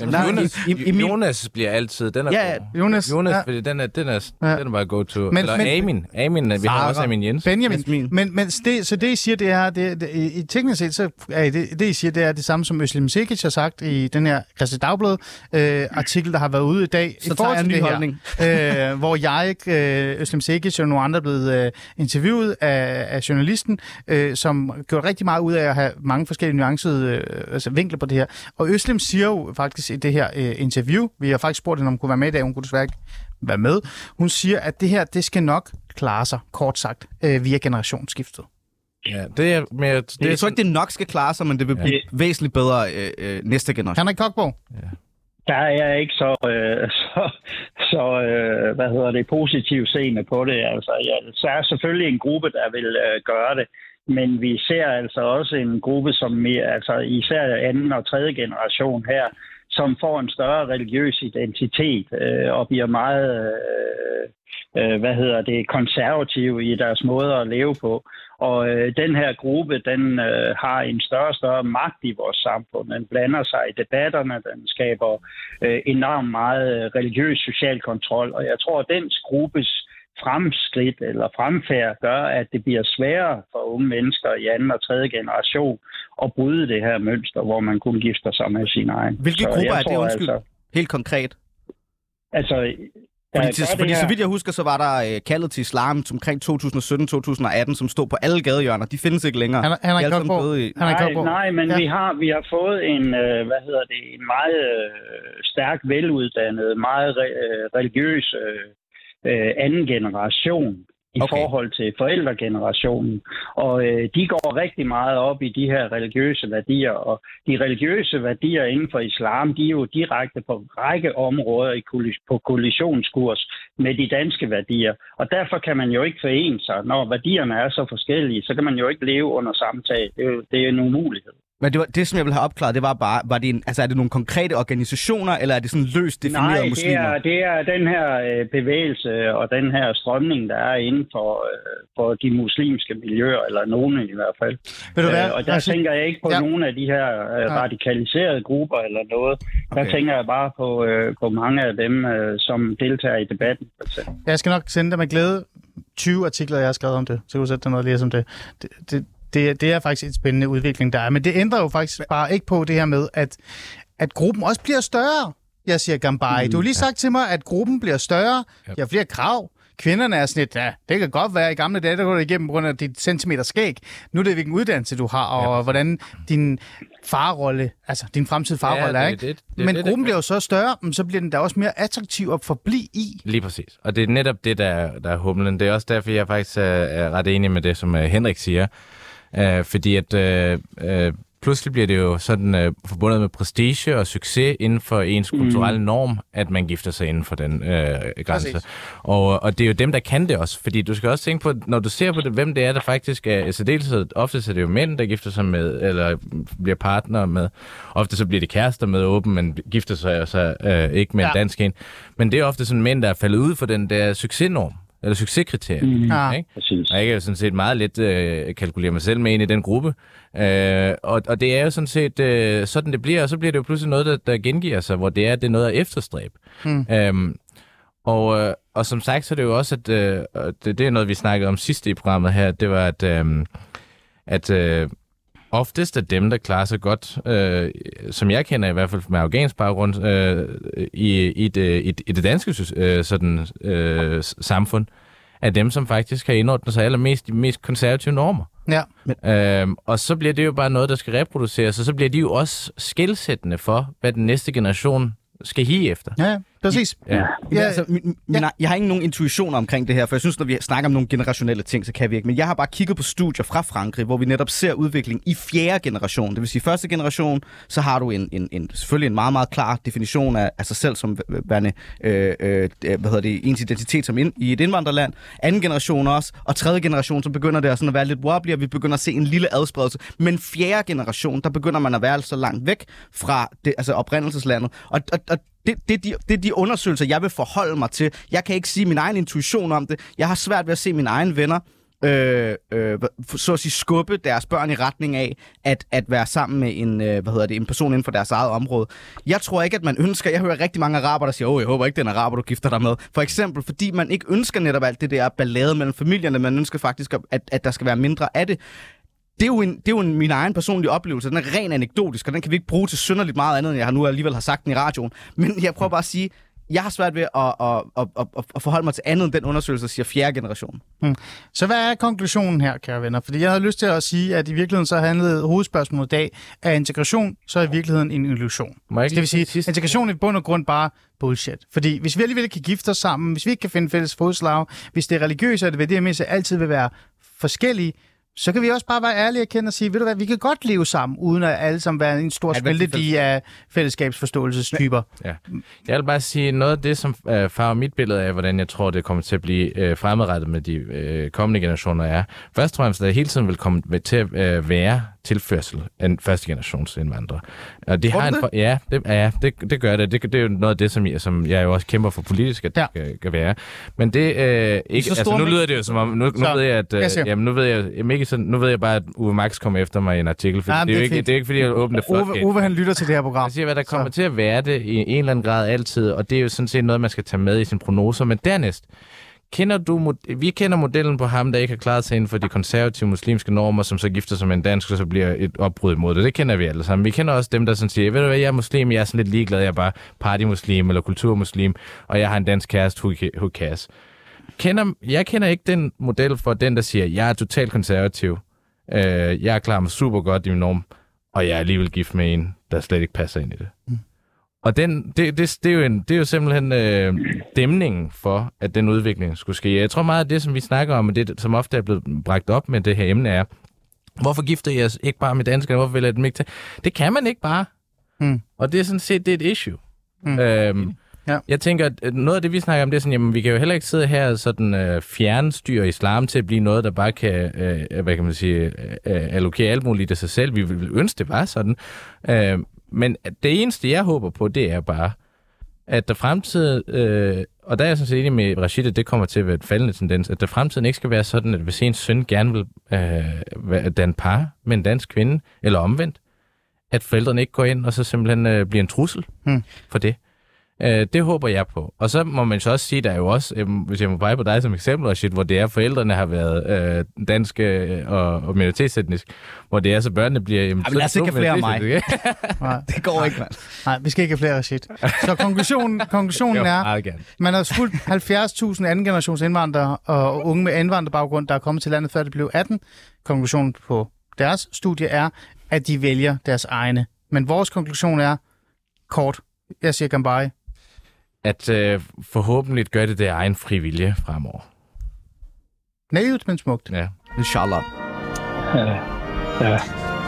G: Jonas bliver altid, den er god. Jonas, fordi den er bare go-to. Eller Amin, vi har også Amin Jensen.
D: Benjamin. Men så det, I siger, det er, i teknisk set, så er det, I siger, det er det samme, som Özlem Cekic har sagt i den her Kristeligt Dagblad artikel, der har været ude i dag.
E: Så tager jeg en ny holdning.
D: Hvor Özlem Cekic og nogle andre er blevet interviewet af journalisten, som gjorde rigtig meget ud af at have mange forskellige nuancer vinkler på det her. Og Özlem siger jo faktisk i det her interview, vi har faktisk spurgt hende, om hun kunne være med i dag, hun kunne desværre ikke være med. Hun siger, at det her, det skal nok klare sig, kort sagt, via generationsskiftet.
G: Ja, det er mere...
E: Jeg tror ikke, det nok skal klare sig, men det vil blive væsentligt bedre næste generation.
D: Henrik Kokborg?
F: Ja. Der er jeg ikke så positivt seende på det. Altså, så er selvfølgelig en gruppe, der vil gøre det. Men vi ser altså også en gruppe, som især anden og tredje generation her, som får en større religiøs identitet og bliver meget konservative i deres måde at leve på. Og den her gruppe, den har en større magt i vores samfund. Den blander sig i debatterne, den skaber enormt meget religiøs social kontrol. Og jeg tror, at den gruppes fremskridt eller fremfærd gør, at det bliver sværere for unge mennesker i anden og tredje generation at bryde det her mønster, hvor man kun gifter sig med sin egen.
E: Hvilke grupper er det, undskyld? Helt konkret. Fordi så vidt jeg husker, så var der kaldet til islam omkring 2017-2018, som stod på alle gadehjørner. De findes ikke længere.
F: Nej, men vi har fået en meget stærk, veluddannet, meget religiøs anden generation i forhold til forældregenerationen. Og de går rigtig meget op i de her religiøse værdier. Og de religiøse værdier inden for islam, de er jo direkte på en række områder på kollisionskurs med de danske værdier. Og derfor kan man jo ikke forene sig. Når værdierne er så forskellige, så kan man jo ikke leve under samme tag. Det er en umulighed.
E: Men det, som jeg vil have opklaret, det var bare, er det nogle konkrete organisationer, eller er det sådan løst definerede muslimer?
F: Nej, det er den her bevægelse og den her strømning, der er inden for de muslimske miljøer, eller nogen i hvert fald.
D: Ved du hvad?
F: Og der tænker jeg ikke på nogle af de her radikaliserede grupper eller noget. Der tænker jeg bare på mange af dem, som deltager i debatten.
D: Jeg skal nok sende dig med glæde 20 artikler, jeg har skrevet om det. Så kan du sætte dig noget og læse om det. Det er faktisk en spændende udvikling, der er. Men det ændrer jo faktisk bare ikke på det her med, at gruppen også bliver større. Jeg siger Gambari. Du har lige sagt til mig, at gruppen bliver større. Jeg har flere krav. Kvinderne er sådan lidt, ja, det kan godt være i gamle dage, der går det igennem på grund af dit centimeter skæg. Nu er det, hvilken uddannelse du har, og hvordan din farrolle, altså din fremtidige farrolle er, ikke? Men gruppen bliver jo så større, men så bliver den da også mere attraktiv at forblive i.
G: Lige præcis. Og det er netop det, der er humlen. Det er også derfor, jeg faktisk er ret enig med det, som Henrik siger. Fordi at pludselig bliver det jo sådan forbundet med prestige og succes inden for ens kulturelle norm, at man gifter sig inden for den grænse. Og det er jo dem, der kan det også. Fordi du skal også tænke på, når du ser på det, hvem det er, der faktisk er, så dels ofte så er det jo mænd, der gifter sig med, eller bliver partner med. Ofte så bliver de kærester med åben, men gifter sig så ikke med en dansk en. Men det er ofte sådan mænd, der er faldet ud for den der succesnorm. Eller succeskriterier. Ikke? Og jeg kan jo sådan set meget let kalkulere mig selv med ind i den gruppe. Og det er jo sådan set sådan det bliver, og så bliver det jo pludselig noget, der gengiver sig, hvor det er noget at efterstræbe. Og som sagt, så er det jo også, at det er noget, vi snakkede om sidst i programmet her, det var, at oftest er dem, der klarer sig godt, som jeg kender i hvert fald med afghansk baggrund, i det danske samfund, er dem, som faktisk har indordnet sig allermest de mest konservative normer. Ja. Og så bliver det jo bare noget, der skal reproduceres, og så bliver de jo også skelsættende for, hvad den næste generation skal hive efter.
D: Ja, præcis.
E: Jeg har ikke nogen intuition omkring det her, for jeg synes, når vi snakker om nogle generationelle ting, så kan vi ikke. Men jeg har bare kigget på studier fra Frankrig, hvor vi netop ser udvikling i 4. generation. Det vil sige, første generation, så har du selvfølgelig en meget, meget klar definition af sig selv som værende ens identitet som i et indvandrerland. Anden generation også, og tredje generation, så begynder det sådan at være lidt wobbly, og vi begynder at se en lille adspredelse. Men 4. generation, der begynder man at være så langt væk fra oprindelseslandet. Og det er de undersøgelser, jeg vil forholde mig til. Jeg kan ikke sige min egen intuition om det. Jeg har svært ved at se mine egne venner så at sige skubbe deres børn i retning af at være sammen med en person inden for deres eget område. Jeg tror ikke, at man ønsker... Jeg hører rigtig mange araber, der siger, jeg håber ikke, det er en araber, du gifter dig med. For eksempel, fordi man ikke ønsker netop alt det der ballade mellem familierne. Man ønsker faktisk, at der skal være mindre af det. Det er jo min egen personlige oplevelse. Den er ren anekdotisk, og den kan vi ikke bruge til synderligt meget andet, end jeg nu alligevel har sagt den i radioen. Men jeg prøver bare at sige, jeg har svært ved at forholde mig til andet end den undersøgelse, der siger 4. generation.
D: Så hvad er konklusionen her, kære venner? Fordi jeg havde lyst til at sige, at i virkeligheden så handlede hovedspørgsmålet i dag af integration, så er i virkeligheden en illusion. Det vil sige, integration er i bund og grund bare bullshit. Fordi hvis vi alligevel kan gifte os sammen, hvis vi ikke kan finde fælles fodslag, hvis det er religiøst, og det værdimæssigt altid vil være forskellige, så kan vi også bare være ærlige og kende og sige, ved du hvad, vi kan godt leve sammen, uden at alle sammen være en stor spildedige af fællesskabsforståelsestyper. Ja.
G: Jeg vil bare sige, noget af det, som farver mit billede af, hvordan jeg tror, det kommer til at blive fremadrettet med de kommende generationer, er først og fremmest, at der hele tiden vil komme til at være tilførsel af en første generations indvandrere. Og det har det gør det. Det er jo noget af det, som jeg jo også kæmper for politisk, at det skal være. Men det ikke... Altså, nu lyder det jo som om... Nu ved jeg, at... nu ved jeg bare, at Uwe Max kommer efter mig i en artikel. For det er ikke, fordi jeg åbner det.
D: Uwe, han lytter til det her program. Jeg
G: siger, hvad der kommer til at være det i en eller anden grad altid, og det er jo sådan set noget, man skal tage med i sine prognoser. Men dernæst, vi kender modellen på ham, der ikke har klaret sig inden for de konservative muslimske normer, som så gifter sig med en dansk, og så bliver et opbrud imod det. Det kender vi alle sammen. Vi kender også dem, der sådan siger, ved du hvad, jeg er muslim, jeg er sådan lidt ligeglad, jeg er bare partymuslim eller kulturmuslim, og jeg har en dansk kæreste, who cares. Jeg kender ikke den model for den, der siger, jeg er totalt konservativ, jeg klarer mig super godt i min norm, og jeg er alligevel gift med en, der slet ikke passer ind i det. Og det er jo simpelthen dæmningen for, at den udvikling skulle ske. Jeg tror meget af det, som vi snakker om, og det, som ofte er blevet bragt op med det her emne, er, hvorfor gifter I os ikke bare med danskerne? Hvorfor vil jeg dem ikke tage? Det kan man ikke bare. Og det er sådan set, det er et issue.
D: Ja.
G: Jeg tænker, at noget af det, vi snakker om, det er sådan, jamen, vi kan jo heller ikke sidde her og sådan fjernstyre islam til at blive noget, der bare kan, hvad kan man sige, allokere alt muligt af sig selv. Vi vil ønske, det var sådan. Men det eneste, jeg håber på, det er bare, at der fremtiden, og der er jeg sådan set enig med Rashid, at det kommer til at være et faldende tendens, at der fremtiden ikke skal være sådan, at hvis ens søn gerne vil danne par med en dansk kvinde, eller omvendt, at forældrene ikke går ind og så simpelthen bliver en trussel for det. Det håber jeg på. Og så må man så også sige, der er jo også, hvis jeg må pege på dig som eksempel, Rashid, hvor det er, forældrene har været danske og minoritetsetnisk, hvor det er, så børnene bliver...
E: Jamen, lad os ikke have flere af mig.
D: Det går ikke, mand. Nej, vi skal ikke have flere Rashid. Så konklusionen er, man har fulgt 70.000 anden generations indvandrere og unge med indvandrerbaggrund, der er kommet til landet, før det blev 18. Konklusionen på deres studie er, at de vælger deres egne. Men vores konklusion er kort. Jeg siger Gambari.
G: At forhåbentlig gør det egen fri vilje fremover.
D: Naivt, men smukt.
G: Ja.
E: Inshallah.
F: Ja.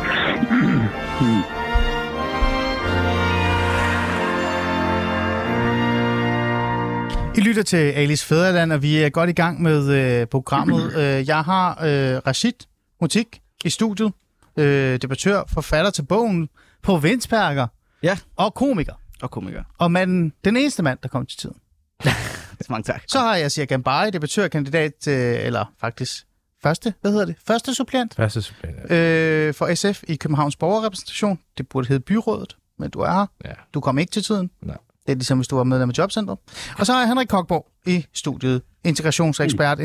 D: I lytter til Alice Fædreland, og vi er godt i gang med programmet. Jeg har Rashid Motik i studiet, debattør, forfatter til bogen Provinsperker, og komiker. Og den eneste mand, der kom til tiden.
E: Mange tak.
D: Så har jeg Sir Gambari, debattørkandidat, eller faktisk første suppleant for SF i Københavns Borgerrepræsentation. Det burde hedde byrådet, men du er her. Ja. Du kom ikke til tiden.
G: Nej.
D: Det er ligesom, hvis du var medlem af Jobcentret. Og så har jeg Henrik Kokborg i studiet, integrationsekspert,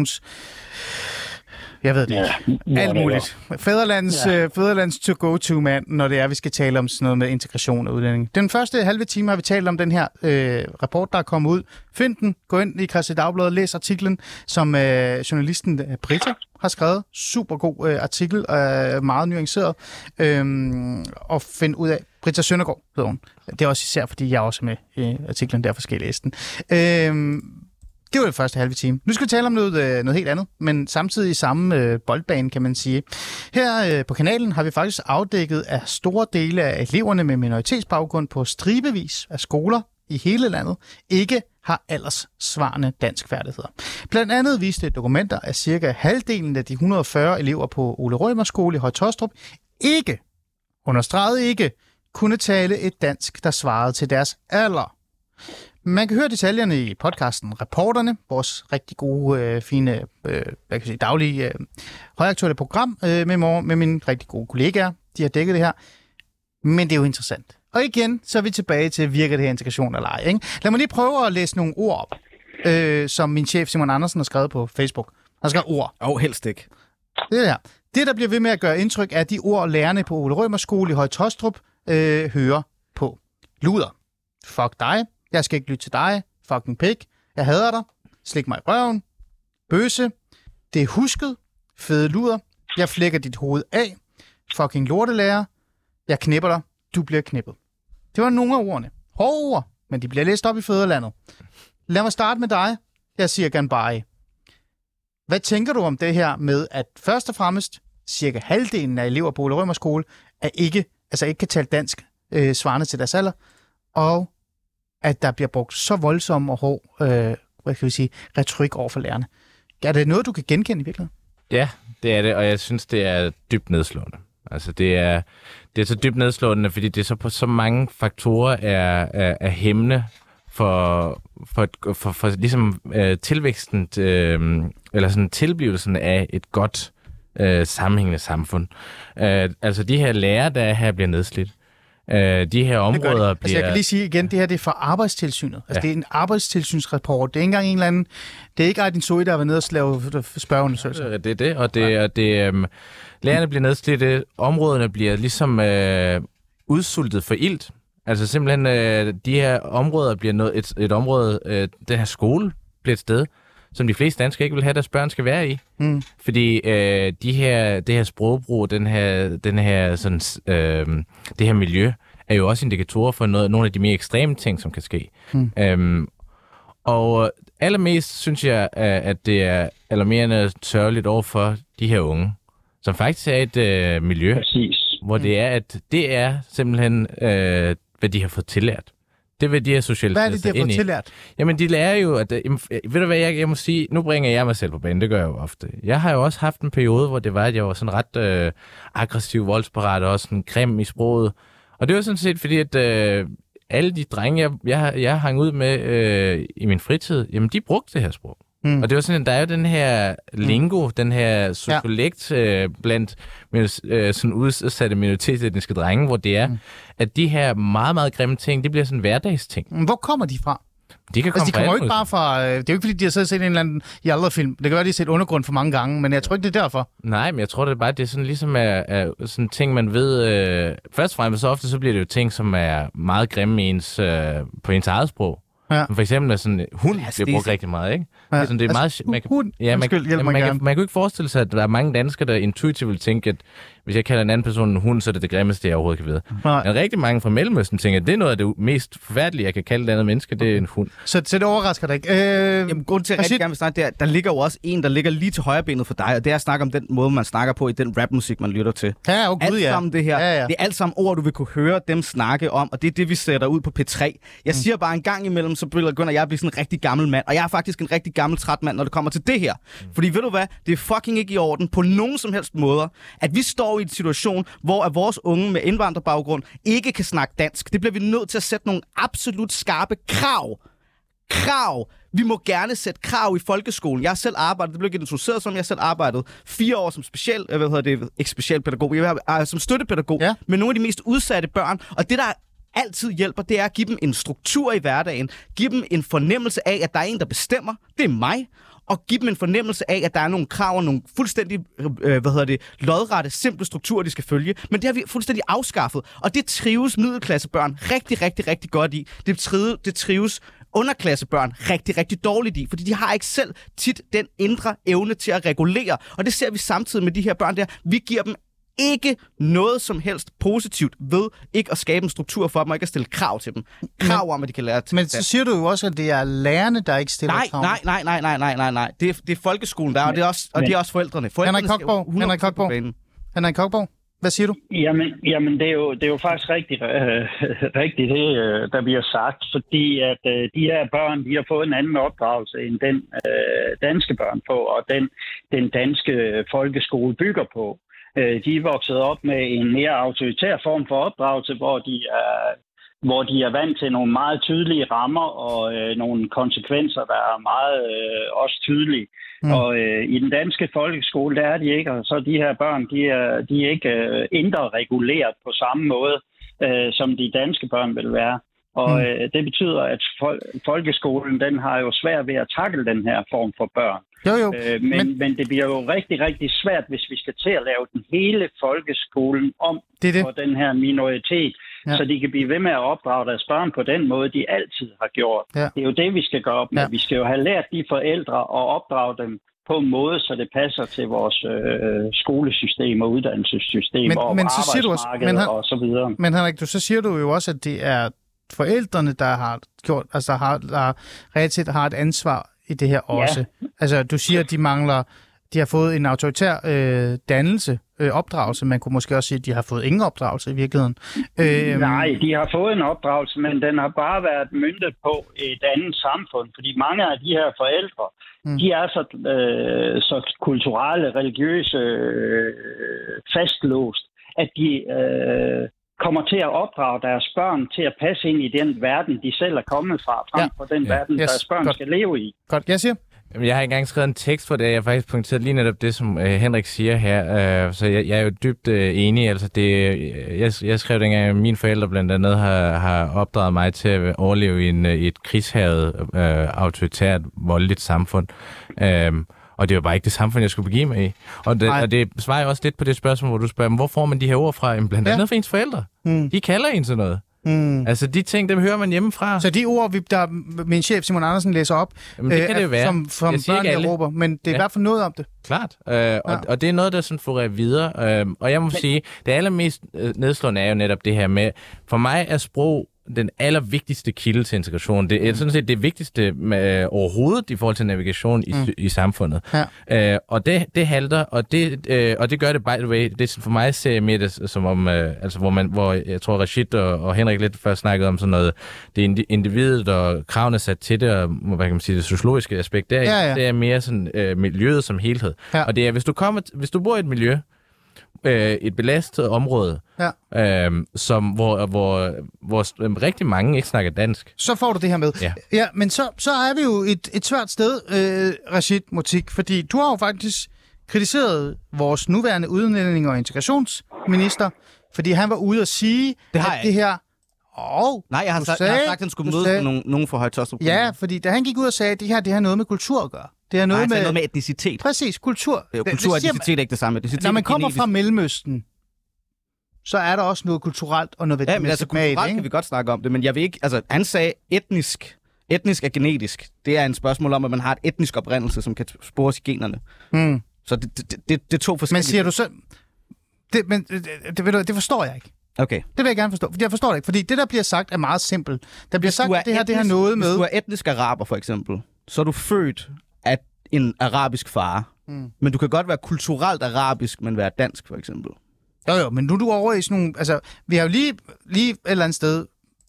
D: jeg ved det ikke. Alt muligt. Fædrelands to-go-to-mand, når det er, vi skal tale om sådan noget med integration og udlænding. Den første halve time har vi talt om den her rapport, der er kommet ud. Find den, gå ind i Kristeligt Dagblad og læs artiklen, som journalisten Britta har skrevet. Super god artikel, meget nuanceret. Og find ud af, Britta Søndergaard hedder hun. Det er også især, fordi jeg også er med i artiklen, derfor skal jeg læse den. Det var det første halve time. Nu skal vi tale om noget helt andet, men samtidig i samme boldbane, kan man sige. Her på kanalen har vi faktisk afdækket, at store dele af eleverne med minoritetsbaggrund på stribevis af skoler i hele landet ikke har alderssvarende danskfærdigheder. Blandt andet viste dokumenter, at cirka halvdelen af de 140 elever på Ole Rømer skole i Høje-Taastrup ikke kunne tale et dansk, der svarede til deres alder. Man kan høre detaljerne i podcasten Reporterne, vores rigtig gode, fine, daglige, højaktuelle program med mine rigtig gode kollegaer. De har dækket det her, men det er jo interessant. Og igen, så er vi tilbage til, virker det her integration eller ej, ikke? Lad mig lige prøve at læse nogle ord op, som min chef Simon Andersen har skrevet på Facebook. Han har skrevet ord.
E: Helst ikke.
D: Det der. Det, der bliver ved med at gøre indtryk, er de ord, lærerne på Ole Rømer skole i Høje-Taastrup hører på. Luder. Fuck dig. Jeg skal ikke lytte til dig. Fucking pik. Jeg hader dig. Slik mig i røven. Bøse. Det er husket. Fede luder. Jeg flækker dit hoved af. Fucking lortelærer. Jeg knipper dig. Du bliver knippet. Det var nogle af ordene. Hårde ord, men de bliver læst op i fædrelandet. Lad mig starte med dig. Jeg siger Gambari. Hvad tænker du om det her med, at først og fremmest cirka halvdelen af elever på Ole Rømer skole ikke kan tale dansk svarende til deres alder, og at der bliver brugt så voldsom og hård retorik over for lærerne. Er det noget, du kan genkende i virkeligheden?
G: Ja, det er det, og jeg synes, det er dybt nedslående. Altså, det er så dybt nedslående, fordi det er så på så mange faktorer er hæmmende for ligesom tilvæksten, eller sådan tilblivelsen af et godt sammenhængende samfund. Altså, de her lærere, der er her, bliver nedslidt. De her områder bliver...
D: jeg kan lige sige igen, det her det er fra Arbejdstilsynet. Altså, det er en arbejdstilsynsrapport. Det er ikke engang en eller anden... Det er ikke Ejdin Zoe, der har været nede og lave spørgeundersøgelser.
G: Det er det, og lærerne bliver nedslidte. Områderne bliver ligesom udsultet for ilt. Altså simpelthen, de her områder bliver et område... den her skole bliver et sted, som de fleste danskere ikke vil have, deres børn skal være i. Fordi det her sprogbrug, det her miljø, er jo også indikatorer for nogle af de mere ekstreme ting, som kan ske. Og allermest synes jeg, at det er alarmerende sørgeligt over for de her unge, som faktisk er et miljø, hvor det er simpelthen, hvad de har fået tillært. Det vil de her socialisere.
D: Hvad er det, de har fået tillært?
G: Jamen, de lærer jo, at... ved du hvad, jeg må sige... Nu bringer jeg mig selv på banen, det gør jeg jo ofte. Jeg har jo også haft en periode, hvor det var, at jeg var sådan ret aggressiv, voldsparat og også sådan grim i sproget. Og det var sådan set fordi, at alle de drenge, jeg hang ud med i min fritid, jamen, de brugte det her sprog. Og det var sådan, at der er jo den her lingo, den her sociolekt blandt sådan udsatte minoritetsetniske drenge, hvor det er, at de her meget, meget grimme ting, det bliver sådan hverdagsting.
D: Hvor kommer de fra?
G: De kan komme
D: de kommer jo ikke bare fra... Det er jo ikke, fordi de har set en eller anden Hjalmar-film. Det kan være, de har set Undergrund for mange gange, men jeg tror ikke, det er derfor. Nej, men jeg tror, det er bare, det er sådan ligesom er sådan ting, man ved... først og fremmest så ofte, så bliver det jo ting, som er meget grimme på ens eget sprog. Ja. For eksempel er sådan hund bliver brugt rigtig meget, ikke? Ja. Det er meget man kan jo ikke forestille sig, at der er mange danskere, der intuitivt vil tænke, at hvis jeg kalder en anden person en hund, så er det grimmeste, jeg overhovedet kan vide. Men rigtig mange fra Mellemøsten tænker, at det er noget af det mest forfærdelige, jeg kan kalde et andet menneske, det er en hund. Så det overrasker dig ikke?
E: Jamen, grunden til, at jeg rigtig gerne vil snakke, der ligger jo også en, der ligger lige til højrebenet for dig, og det er at snakke om den måde, man snakker på i den rapmusik, man lytter til.
D: Ja, okay,
E: alt sammen det her. Ja. Det er alt sammen ord, du vil kunne høre dem snakke om, og det er det, vi sætter ud på P3. Jeg siger bare en gang imellem, så begynder jeg at blive sådan en rigtig gammel mand, og jeg er faktisk en rigtig gammel træt mand, når det kommer til det her. Fordi ved du hvad, det er fucking ikke i orden på nogen som helst måder, at vi står i en situation, hvor vores unge med indvandrerbaggrund ikke kan snakke dansk. Det bliver vi nødt til at sætte nogle absolut skarpe krav. Vi må gerne sætte krav i folkeskolen. Jeg har selv arbejdet, det blev introduceret som, jeg selv arbejdet 4 år som specialpædagog. Jeg er som støttepædagog med nogle af de mest udsatte børn, og det der altid hjælper, det er at give dem en struktur i hverdagen, give dem en fornemmelse af, at der er en, der bestemmer, det er mig, og give dem en fornemmelse af, at der er nogle krav og nogle fuldstændig, lodrette, simple strukturer, de skal følge. Men det har vi fuldstændig afskaffet, og det trives middelklassebørn rigtig, rigtig, rigtig godt i. Det trives underklassebørn rigtig, rigtig dårligt i, fordi de har ikke selv tit den indre evne til at regulere, og det ser vi samtidig med de her børn der. Vi giver dem ikke noget som helst positivt ved ikke at skabe en struktur for dem, og ikke at stille krav til dem. Krav om, at de kan lære til.
D: Men så siger du jo også, at det er lærerne, der ikke stiller krav.
E: Nej. Det er folkeskolen, der, og det er også, og det er også forældrene.
D: Henrik Kokborg, hvad siger du?
F: Jamen det er jo faktisk rigtigt det, der bliver sagt, fordi at de her børn, de har fået en anden opdragelse end den danske børn på, og den danske folkeskole bygger på. De er vokset op med en mere autoritær form for opdragelse, hvor de er vant til nogle meget tydelige rammer og nogle konsekvenser, der er meget også tydelige. Og i den danske folkeskole, der er de ikke, og så de her børn, de er ikke indre reguleret på samme måde, som de danske børn vil være. Og det betyder, at folkeskolen, den har jo svært ved at tackle den her form for børn. Men det bliver jo rigtig, rigtig svært, hvis vi skal til at lave den hele folkeskolen om for den her minoritet, så de kan blive ved med at opdrage deres børn på den måde, de altid har gjort. Ja. Det er jo det, vi skal gøre op med. Ja. Vi skal jo have lært de forældre at opdrage dem på en måde, så det passer til vores skolesystem og uddannelsessystem og arbejdsmarkedet og så videre.
D: Men Henrik, så siger du jo også, at det er forældrene, der har gjort, altså der reelt set har et ansvar i det her også. Altså, du siger, at de har fået en autoritær dannelse, opdragelse. Man kunne måske også sige, at de har fået ingen opdragelse i virkeligheden.
F: Nej, de har fået en opdragelse, men den har bare været møntet på et andet samfund, fordi mange af de her forældre, de er så kulturelle, religiøse, fastlåst, at de kommer til at opdrage deres børn til at passe ind i den verden, de selv er kommet fra, frem for den verden, deres børn skal leve i.
D: Godt, jeg siger.
G: Jeg har engang skrevet en tekst for det, jeg faktisk pointerede lige netop det, som Henrik siger her. Så jeg er jo dybt enig. Altså jeg skrev dengang, at mine forældre blandt andet har opdraget mig til at overleve i et krigshærget, autoritært, voldeligt samfund. Og det var bare ikke det samfund, jeg skulle begive mig i. Og det svarer også lidt på det spørgsmål, hvor du spørger, hvor får man de her ord fra? Jamen, blandt andet fra ens forældre. De kalder en sådan noget. Altså, de ting, dem hører man hjemmefra.
D: Så de ord, der min chef Simon Andersen læser op,
G: jamen, det kan det være.
D: Som børn råber, men det er i hvert fald noget om det.
G: Klart. Og det er noget, der sådan florerer videre. Og jeg må sige, det allermest nedslående er jo netop det her med, for mig er sprog den allervigtigste kilde til integration. Det er sådan set det vigtigste overhovedet i forhold til navigation i samfundet. Ja. Og det halter, og det gør det, by the way, det for mig ser jeg mere det som om, hvor jeg tror Rashid og Henrik lidt først snakkede om sådan noget, det er individet og kravene sat til det, og hvad kan man sige, det sociologiske aspekt, det er mere sådan miljøet som helhed. Ja. Og det er, hvis du bor i et miljø, et belastet område, hvor rigtig mange ikke snakker dansk.
D: Så får du det her med. Ja, men så er vi jo et svært sted, Rashid Motik, fordi du har jo faktisk kritiseret vores nuværende udlænding- og integrationsminister, fordi han var ude at sige, det her...
E: Nej, jeg har sagt, at han skulle møde nogen fra Høje Taastrup.
D: Ja, fordi da han gik ud og sagde, at det har noget med kultur at gøre. Det har noget
E: med etnicitet.
D: Præcis, kultur.
E: Kultur og etnicitet er ikke det samme.
D: Når man kommer fra Mellemøsten, så er der også noget kulturelt og noget
E: værdimässigt. Ja, men altså kulturelt kan vi godt snakke om det, men jeg vil ikke... Altså, han sagde etnisk. Etnisk er genetisk. Det er en spørgsmål om, at man har et etnisk oprindelse, som kan spores i generne. Så det er to forskellige...
D: Men siger du så... Det forstår jeg ikke.
E: Okay.
D: Det vil jeg gerne forstå. Jeg forstår det ikke, fordi det, der bliver sagt, er meget simpelt. Der bliver sagt, at det har noget med...
E: Hvis du er etnisk araber, for eksempel, så er du født af en arabisk far. Men du kan godt være kulturelt arabisk, men være dansk, for eksempel.
D: Jo, men nu er du over i sådan nogle... Altså, vi har jo lige et eller andet sted...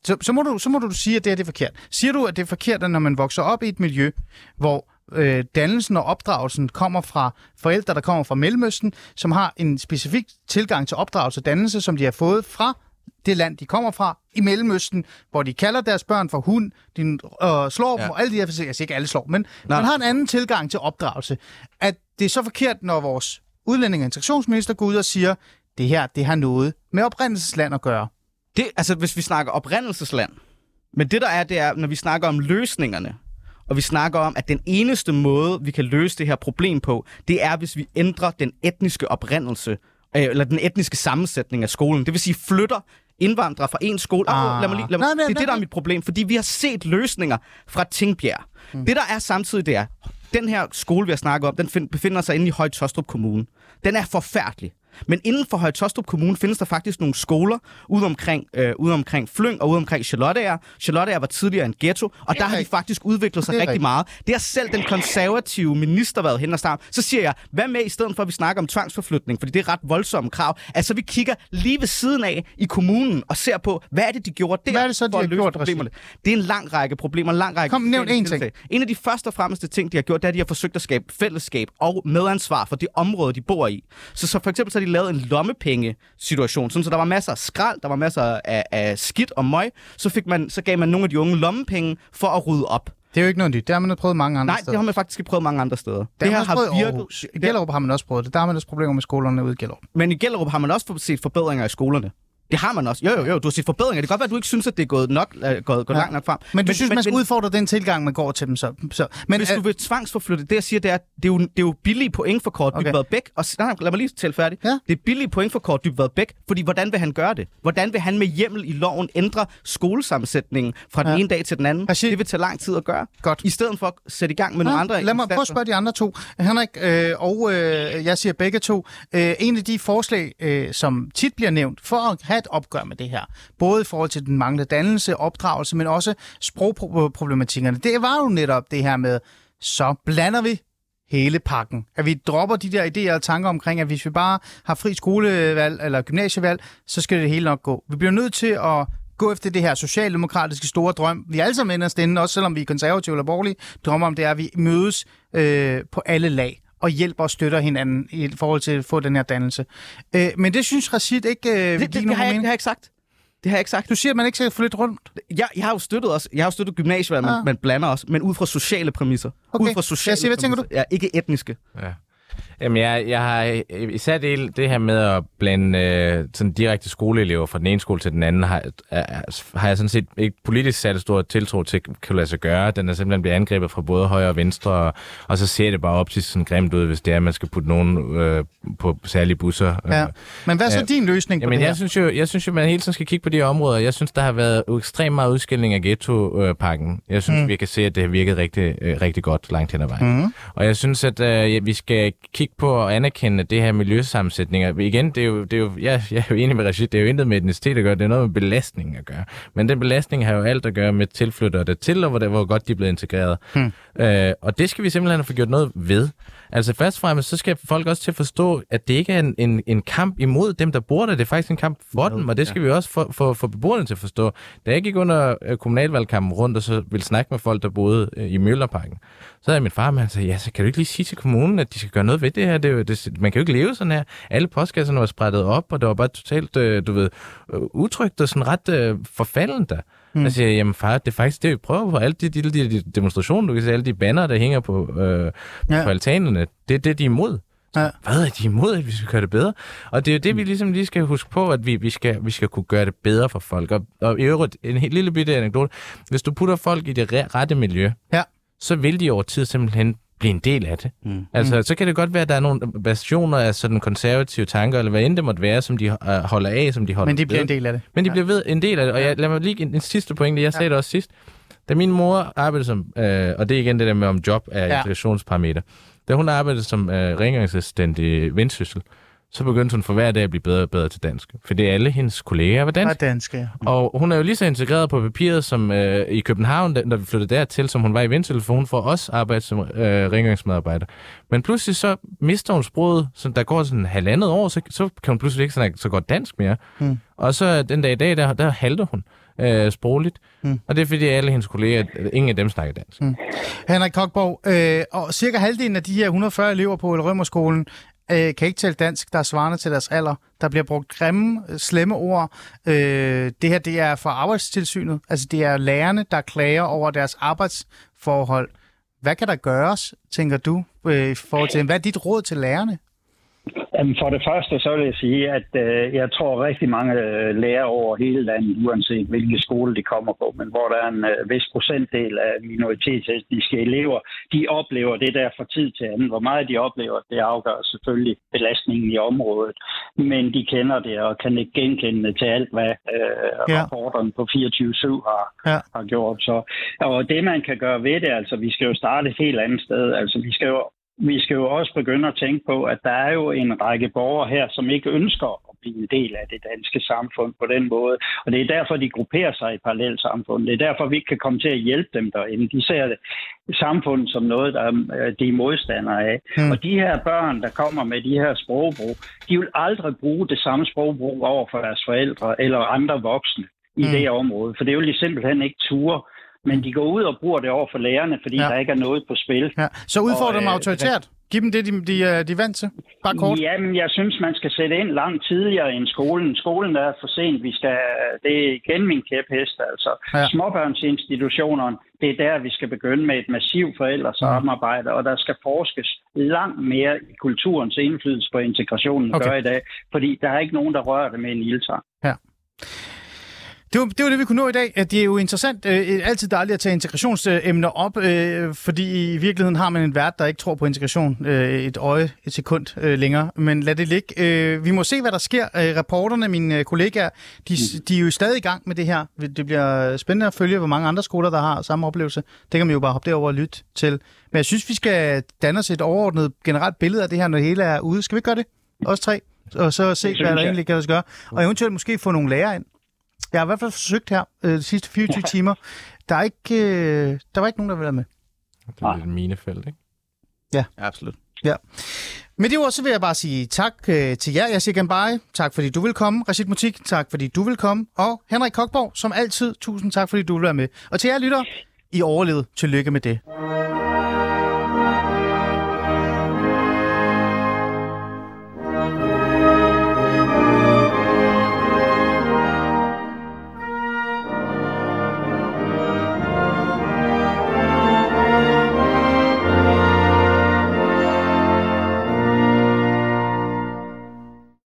D: Så må du sige, at det er forkert. Siger du, at det er forkert, at når man vokser op i et miljø, hvor dannelsen og opdragelsen kommer fra forældre, der kommer fra Mellemøsten, som har en specifik tilgang til opdragelse og dannelse, som de har fået fra det land, de kommer fra, i Mellemøsten, hvor de kalder deres børn for hund, de slår dem, og alle de her... Jeg siger ikke alle slår, men man har en anden tilgang til opdragelse. At det er så forkert, når vores udlænding- og integrationsminister går ud og siger, det har noget med oprindelsesland at gøre.
E: Det, altså, hvis vi snakker oprindelsesland, men det er, når vi snakker om løsningerne, og vi snakker om, at den eneste måde, vi kan løse det her problem på, det er, hvis vi ændrer den etniske oprindelse, eller den etniske sammensætning af skolen. Det vil sige, flytter indvandrere fra en skole. Det er det, der er mit problem, fordi vi har set løsninger fra Tingbjerg. Det, der er samtidig, det er, den her skole, vi har snakket om, den befinder sig inde i Høje Taastrup Kommune. Den er forfærdelig. Men inden for Høje Taastrup Kommune findes der faktisk nogle skoler ude omkring Flyng og ude omkring Charlotteager. Charlotteager var tidligere en ghetto, og der har de faktisk udviklet sig rigtig meget. Det har selv den konservative minister været hen og start. Så siger jeg, hvad med i stedet for, at vi snakker om tvangsforflytning, fordi det er ret voldsomme krav. Altså, vi kigger lige ved siden af i kommunen og ser på, hvad er det, de gjorde der,
D: hvad er det så, de har gjort,
E: problemerne. Det er en lang række problemer, en lang række...
D: Kom, nævn en ting.
E: En af de første og fremmeste ting, de har gjort, det er, at de har forsøgt at skabe fællesskab og medansvar for det område, de bor i. Så for eksempel så har de lavet en lommepenge-situation, sådan så der var masser af skrald, der var masser af skidt og møg, så gav man nogle af de unge lommepenge for at rydde op.
D: Det er jo ikke noget nyt. Det har man prøvet mange andre steder.
E: Nej, det har man faktisk ikke prøvet mange andre steder.
D: Det her har virket. I Gellerup har man også prøvet det. Der har man også problemer med skolerne ude i Gellerup.
E: Men i Gellerup har man også set forbedringer i skolerne. Det har man også. Jo, du har set forbedringer. Det kan godt være, at du ikke synes, at det er gået langt nok frem.
D: Men du synes, man skal udfordre den tilgang, man går til dem så.
E: Men hvis du vil tvangsforflytte, det jeg siger, det er jo billige point for Kåre Dybvad Bæk. Og lad mig lige tælle færdigt. Ja. Det er billige point for Kåre Dybvad Bæk, fordi hvordan vil han gøre det? Hvordan vil han med hjemmel i loven ændre skolesammensætningen fra den ene dag til den anden? Det vil tage lang tid at gøre.
D: Godt.
E: I stedet for at sætte i gang med nogle andre.
D: Lad mig prøve at spørge de andre to. Henrik og jeg siger begge to. En af de forslag, som tit bliver nævnt for at have et opgør med det her, både i forhold til den manglende dannelse, opdragelse, men også sprogproblematikkerne. Det var jo netop det her med, så blander vi hele pakken. At vi dropper de der idéer og tanker omkring, at hvis vi bare har fri skolevalg eller gymnasievalg, så skal det hele nok gå. Vi bliver nødt til at gå efter det her socialdemokratiske store drøm. Vi er alle sammen inderst inde, også selvom vi er konservative eller borgerlige, drømmer om det er, at vi mødes på alle lag og hjælper og støtter hinanden i forhold til at få den her dannelse. Men det synes Rashid ikke vil give nogen mening.
E: Det har jeg ikke sagt. Det har jeg ikke sagt.
D: Du siger, at man ikke skal få lidt rundt.
E: Jeg har jo støttet også. Jeg har jo støttet gymnasiet, man blander også, men ud fra sociale præmisser.
D: Okay.
E: Ud fra sociale
D: hvad tænker du?
E: Ja, ikke etniske. Ja.
G: Jamen, jeg har især det her med at blande sådan direkte skoleelever fra den ene skole til den anden, har jeg sådan set ikke politisk sat stor tiltro til, kan lade sig gøre. Den er simpelthen blevet angrebet fra både højre og venstre, og så ser det bare op til sådan grimt ud, hvis det er, at man skal putte nogen på særlige busser.
D: Ja. Men hvad er så din løsning på det her?
G: Jeg synes jo, man hele tiden skal kigge på de her områder. Jeg synes, der har været ekstremt meget udskilling af ghetto-pakken. Jeg synes, vi kan se, at det har virket rigtig, rigtig godt langt hen ad vejen. Og jeg synes, at vi skal kigge på og anerkende det her miljøsammensætninger. Igen, det er jo, jeg er jo enig med Rashid, det er jo intet med etnicitet at gøre, det er noget med belastning at gøre. Men den belastning har jo alt at gøre med tilflyttere dertil, og hvor godt de er blevet integreret. Og det skal vi simpelthen have få gjort noget ved. Altså først og fremmest, så skal folk også til at forstå, at det ikke er en kamp imod dem, der bor der. Det er faktisk en kamp for dem, og det skal vi også få beboerne til at forstå. Da jeg gik under kommunalvalgkampen rundt, og så ville snakke med folk, der boede i Møllerparken, så havde min far med, så kan du ikke lige sige til kommunen, at de skal gøre noget ved det her? Man kan jo ikke leve sådan her. Alle postkasserne var sprættet op, og det var bare totalt, utrygt og sådan ret forfaldent der. Jeg siger, jamen far, det er faktisk det, vi prøver på. Alle de demonstrationer, du kan se, alle de banner, der hænger på altanerne, det er det, de er imod. Ja. Hvad er de imod, at vi skal gøre det bedre? Og det er jo det, vi ligesom lige skal huske på, at vi skal kunne gøre det bedre for folk. Og i øvrigt, en helt lille bitte anekdote. Hvis du putter folk i det rette miljø, så vil de over tid simpelthen blive en del af det. Altså, så kan det godt være, at der er nogle versioner af sådan konservative tanker, eller hvad end det måtte være, som de holder af, som de holder.
D: Men de bliver en del af det.
G: Men de bliver en del af det. Og lad mig lige en sidste pointe, jeg sagde det også sidst. Da min mor arbejdede som, og det er igen det der med om job af integrationsparameter, da hun arbejdede som rengøringsassistent i Vendsyssel, så begyndte hun for hver dag at blive bedre og bedre til dansk. For det er alle hendes kolleger var danske. Og hun er jo lige så integreret på papiret som i København, da vi flyttede dertil, som hun var i Vendsyssel, for hun får også arbejde som rengøringsmedarbejder. Men pludselig så mister hun sproget, så der går sådan 1,5 år, så kan hun pludselig ikke snakke så godt dansk mere. Og så den dag i dag, der halter hun sprogligt. Og det er fordi alle hendes kolleger, ingen af dem snakker dansk.
D: Henrik Kokborg, og cirka halvdelen af de her 140 elever på Rømerskolen kan ikke tale dansk, der er svarende til deres alder. Der bliver brugt grimme, slemme ord. Det her, det er fra Arbejdstilsynet. Altså, det er lærerne, der klager over deres arbejdsforhold. Hvad kan der gøres, tænker du, i forhold til, hvad er dit råd til lærerne?
F: For det første, så vil jeg sige, at jeg tror rigtig mange lærere over hele landet, uanset hvilke skole de kommer på, men hvor der er en vis procentdel af minoritetsetniske elever, de oplever det der fra tid til anden. Hvor meget de oplever, det afgør selvfølgelig belastningen i området, men de kender det og kan ikke genkende det til alt, hvad rapporterne på 24/7 har gjort. Så, og det, man kan gøre ved det, altså vi skal jo starte et helt andet sted. Altså vi skal jo også begynde at tænke på, at der er jo en række borgere her, som ikke ønsker at blive en del af det danske samfund på den måde. Og det er derfor, de grupperer sig i parallelsamfund. Det er derfor, vi ikke kan komme til at hjælpe dem derinde. De ser det samfund som noget, der de er modstandere af. Og de her børn, der kommer med de her sprogbrug, de vil aldrig bruge det samme sprogbrug over for deres forældre eller andre voksne i det område. For det vil de simpelthen ikke ture. Men de går ud og bruger det over for lærerne, fordi der ikke er noget på spil. Ja.
D: Så udfordrer dem autoritært? Giv dem det, de er vant til? Bare kort.
F: Jamen, jeg synes, man skal sætte ind langt tidligere end skolen. Skolen er for sent. Det er igen min kæphest. Altså, småbørnsinstitutionerne, det er der, vi skal begynde med et massivt forældresamarbejde, og der skal forskes langt mere i kulturens indflydelse på integrationen, gør i dag. Fordi der er ikke nogen, der rører det med en ildtang. Ja.
D: Det var det, vi kunne nå i dag. Det er jo interessant, altid dejligt at tage integrationsemner op, fordi i virkeligheden har man en vært, der ikke tror på integration et sekund længere. Men lad det ligge. Vi må se, hvad der sker. Reporterne, mine kollegaer, de er jo stadig i gang med det her. Det bliver spændende at følge, hvor mange andre skoler, der har samme oplevelse. Det kan man jo bare hoppe derover og lytte til. Men jeg synes, vi skal danne os et overordnet generelt billede af det her, når det hele er ude. Skal vi gøre det? Os tre? Og så se, hvad der egentlig kan os gøre. Og eventuelt måske få nogle lærere ind. Jeg har i hvert fald forsøgt her de sidste 24 timer. Der var ikke nogen, der ville være med.
G: Det er lidt minefelt, ikke?
D: Ja,
E: absolut.
D: Ja. Med det ord, så vil jeg bare sige tak til jer. Jeg siger Gambaye, tak fordi du vil komme. Rashid Mutik, tak fordi du vil komme. Og Henrik Kokborg, som altid, tusind tak fordi du vil være med. Og til jer lytter, I overlevede. Tillykke med det.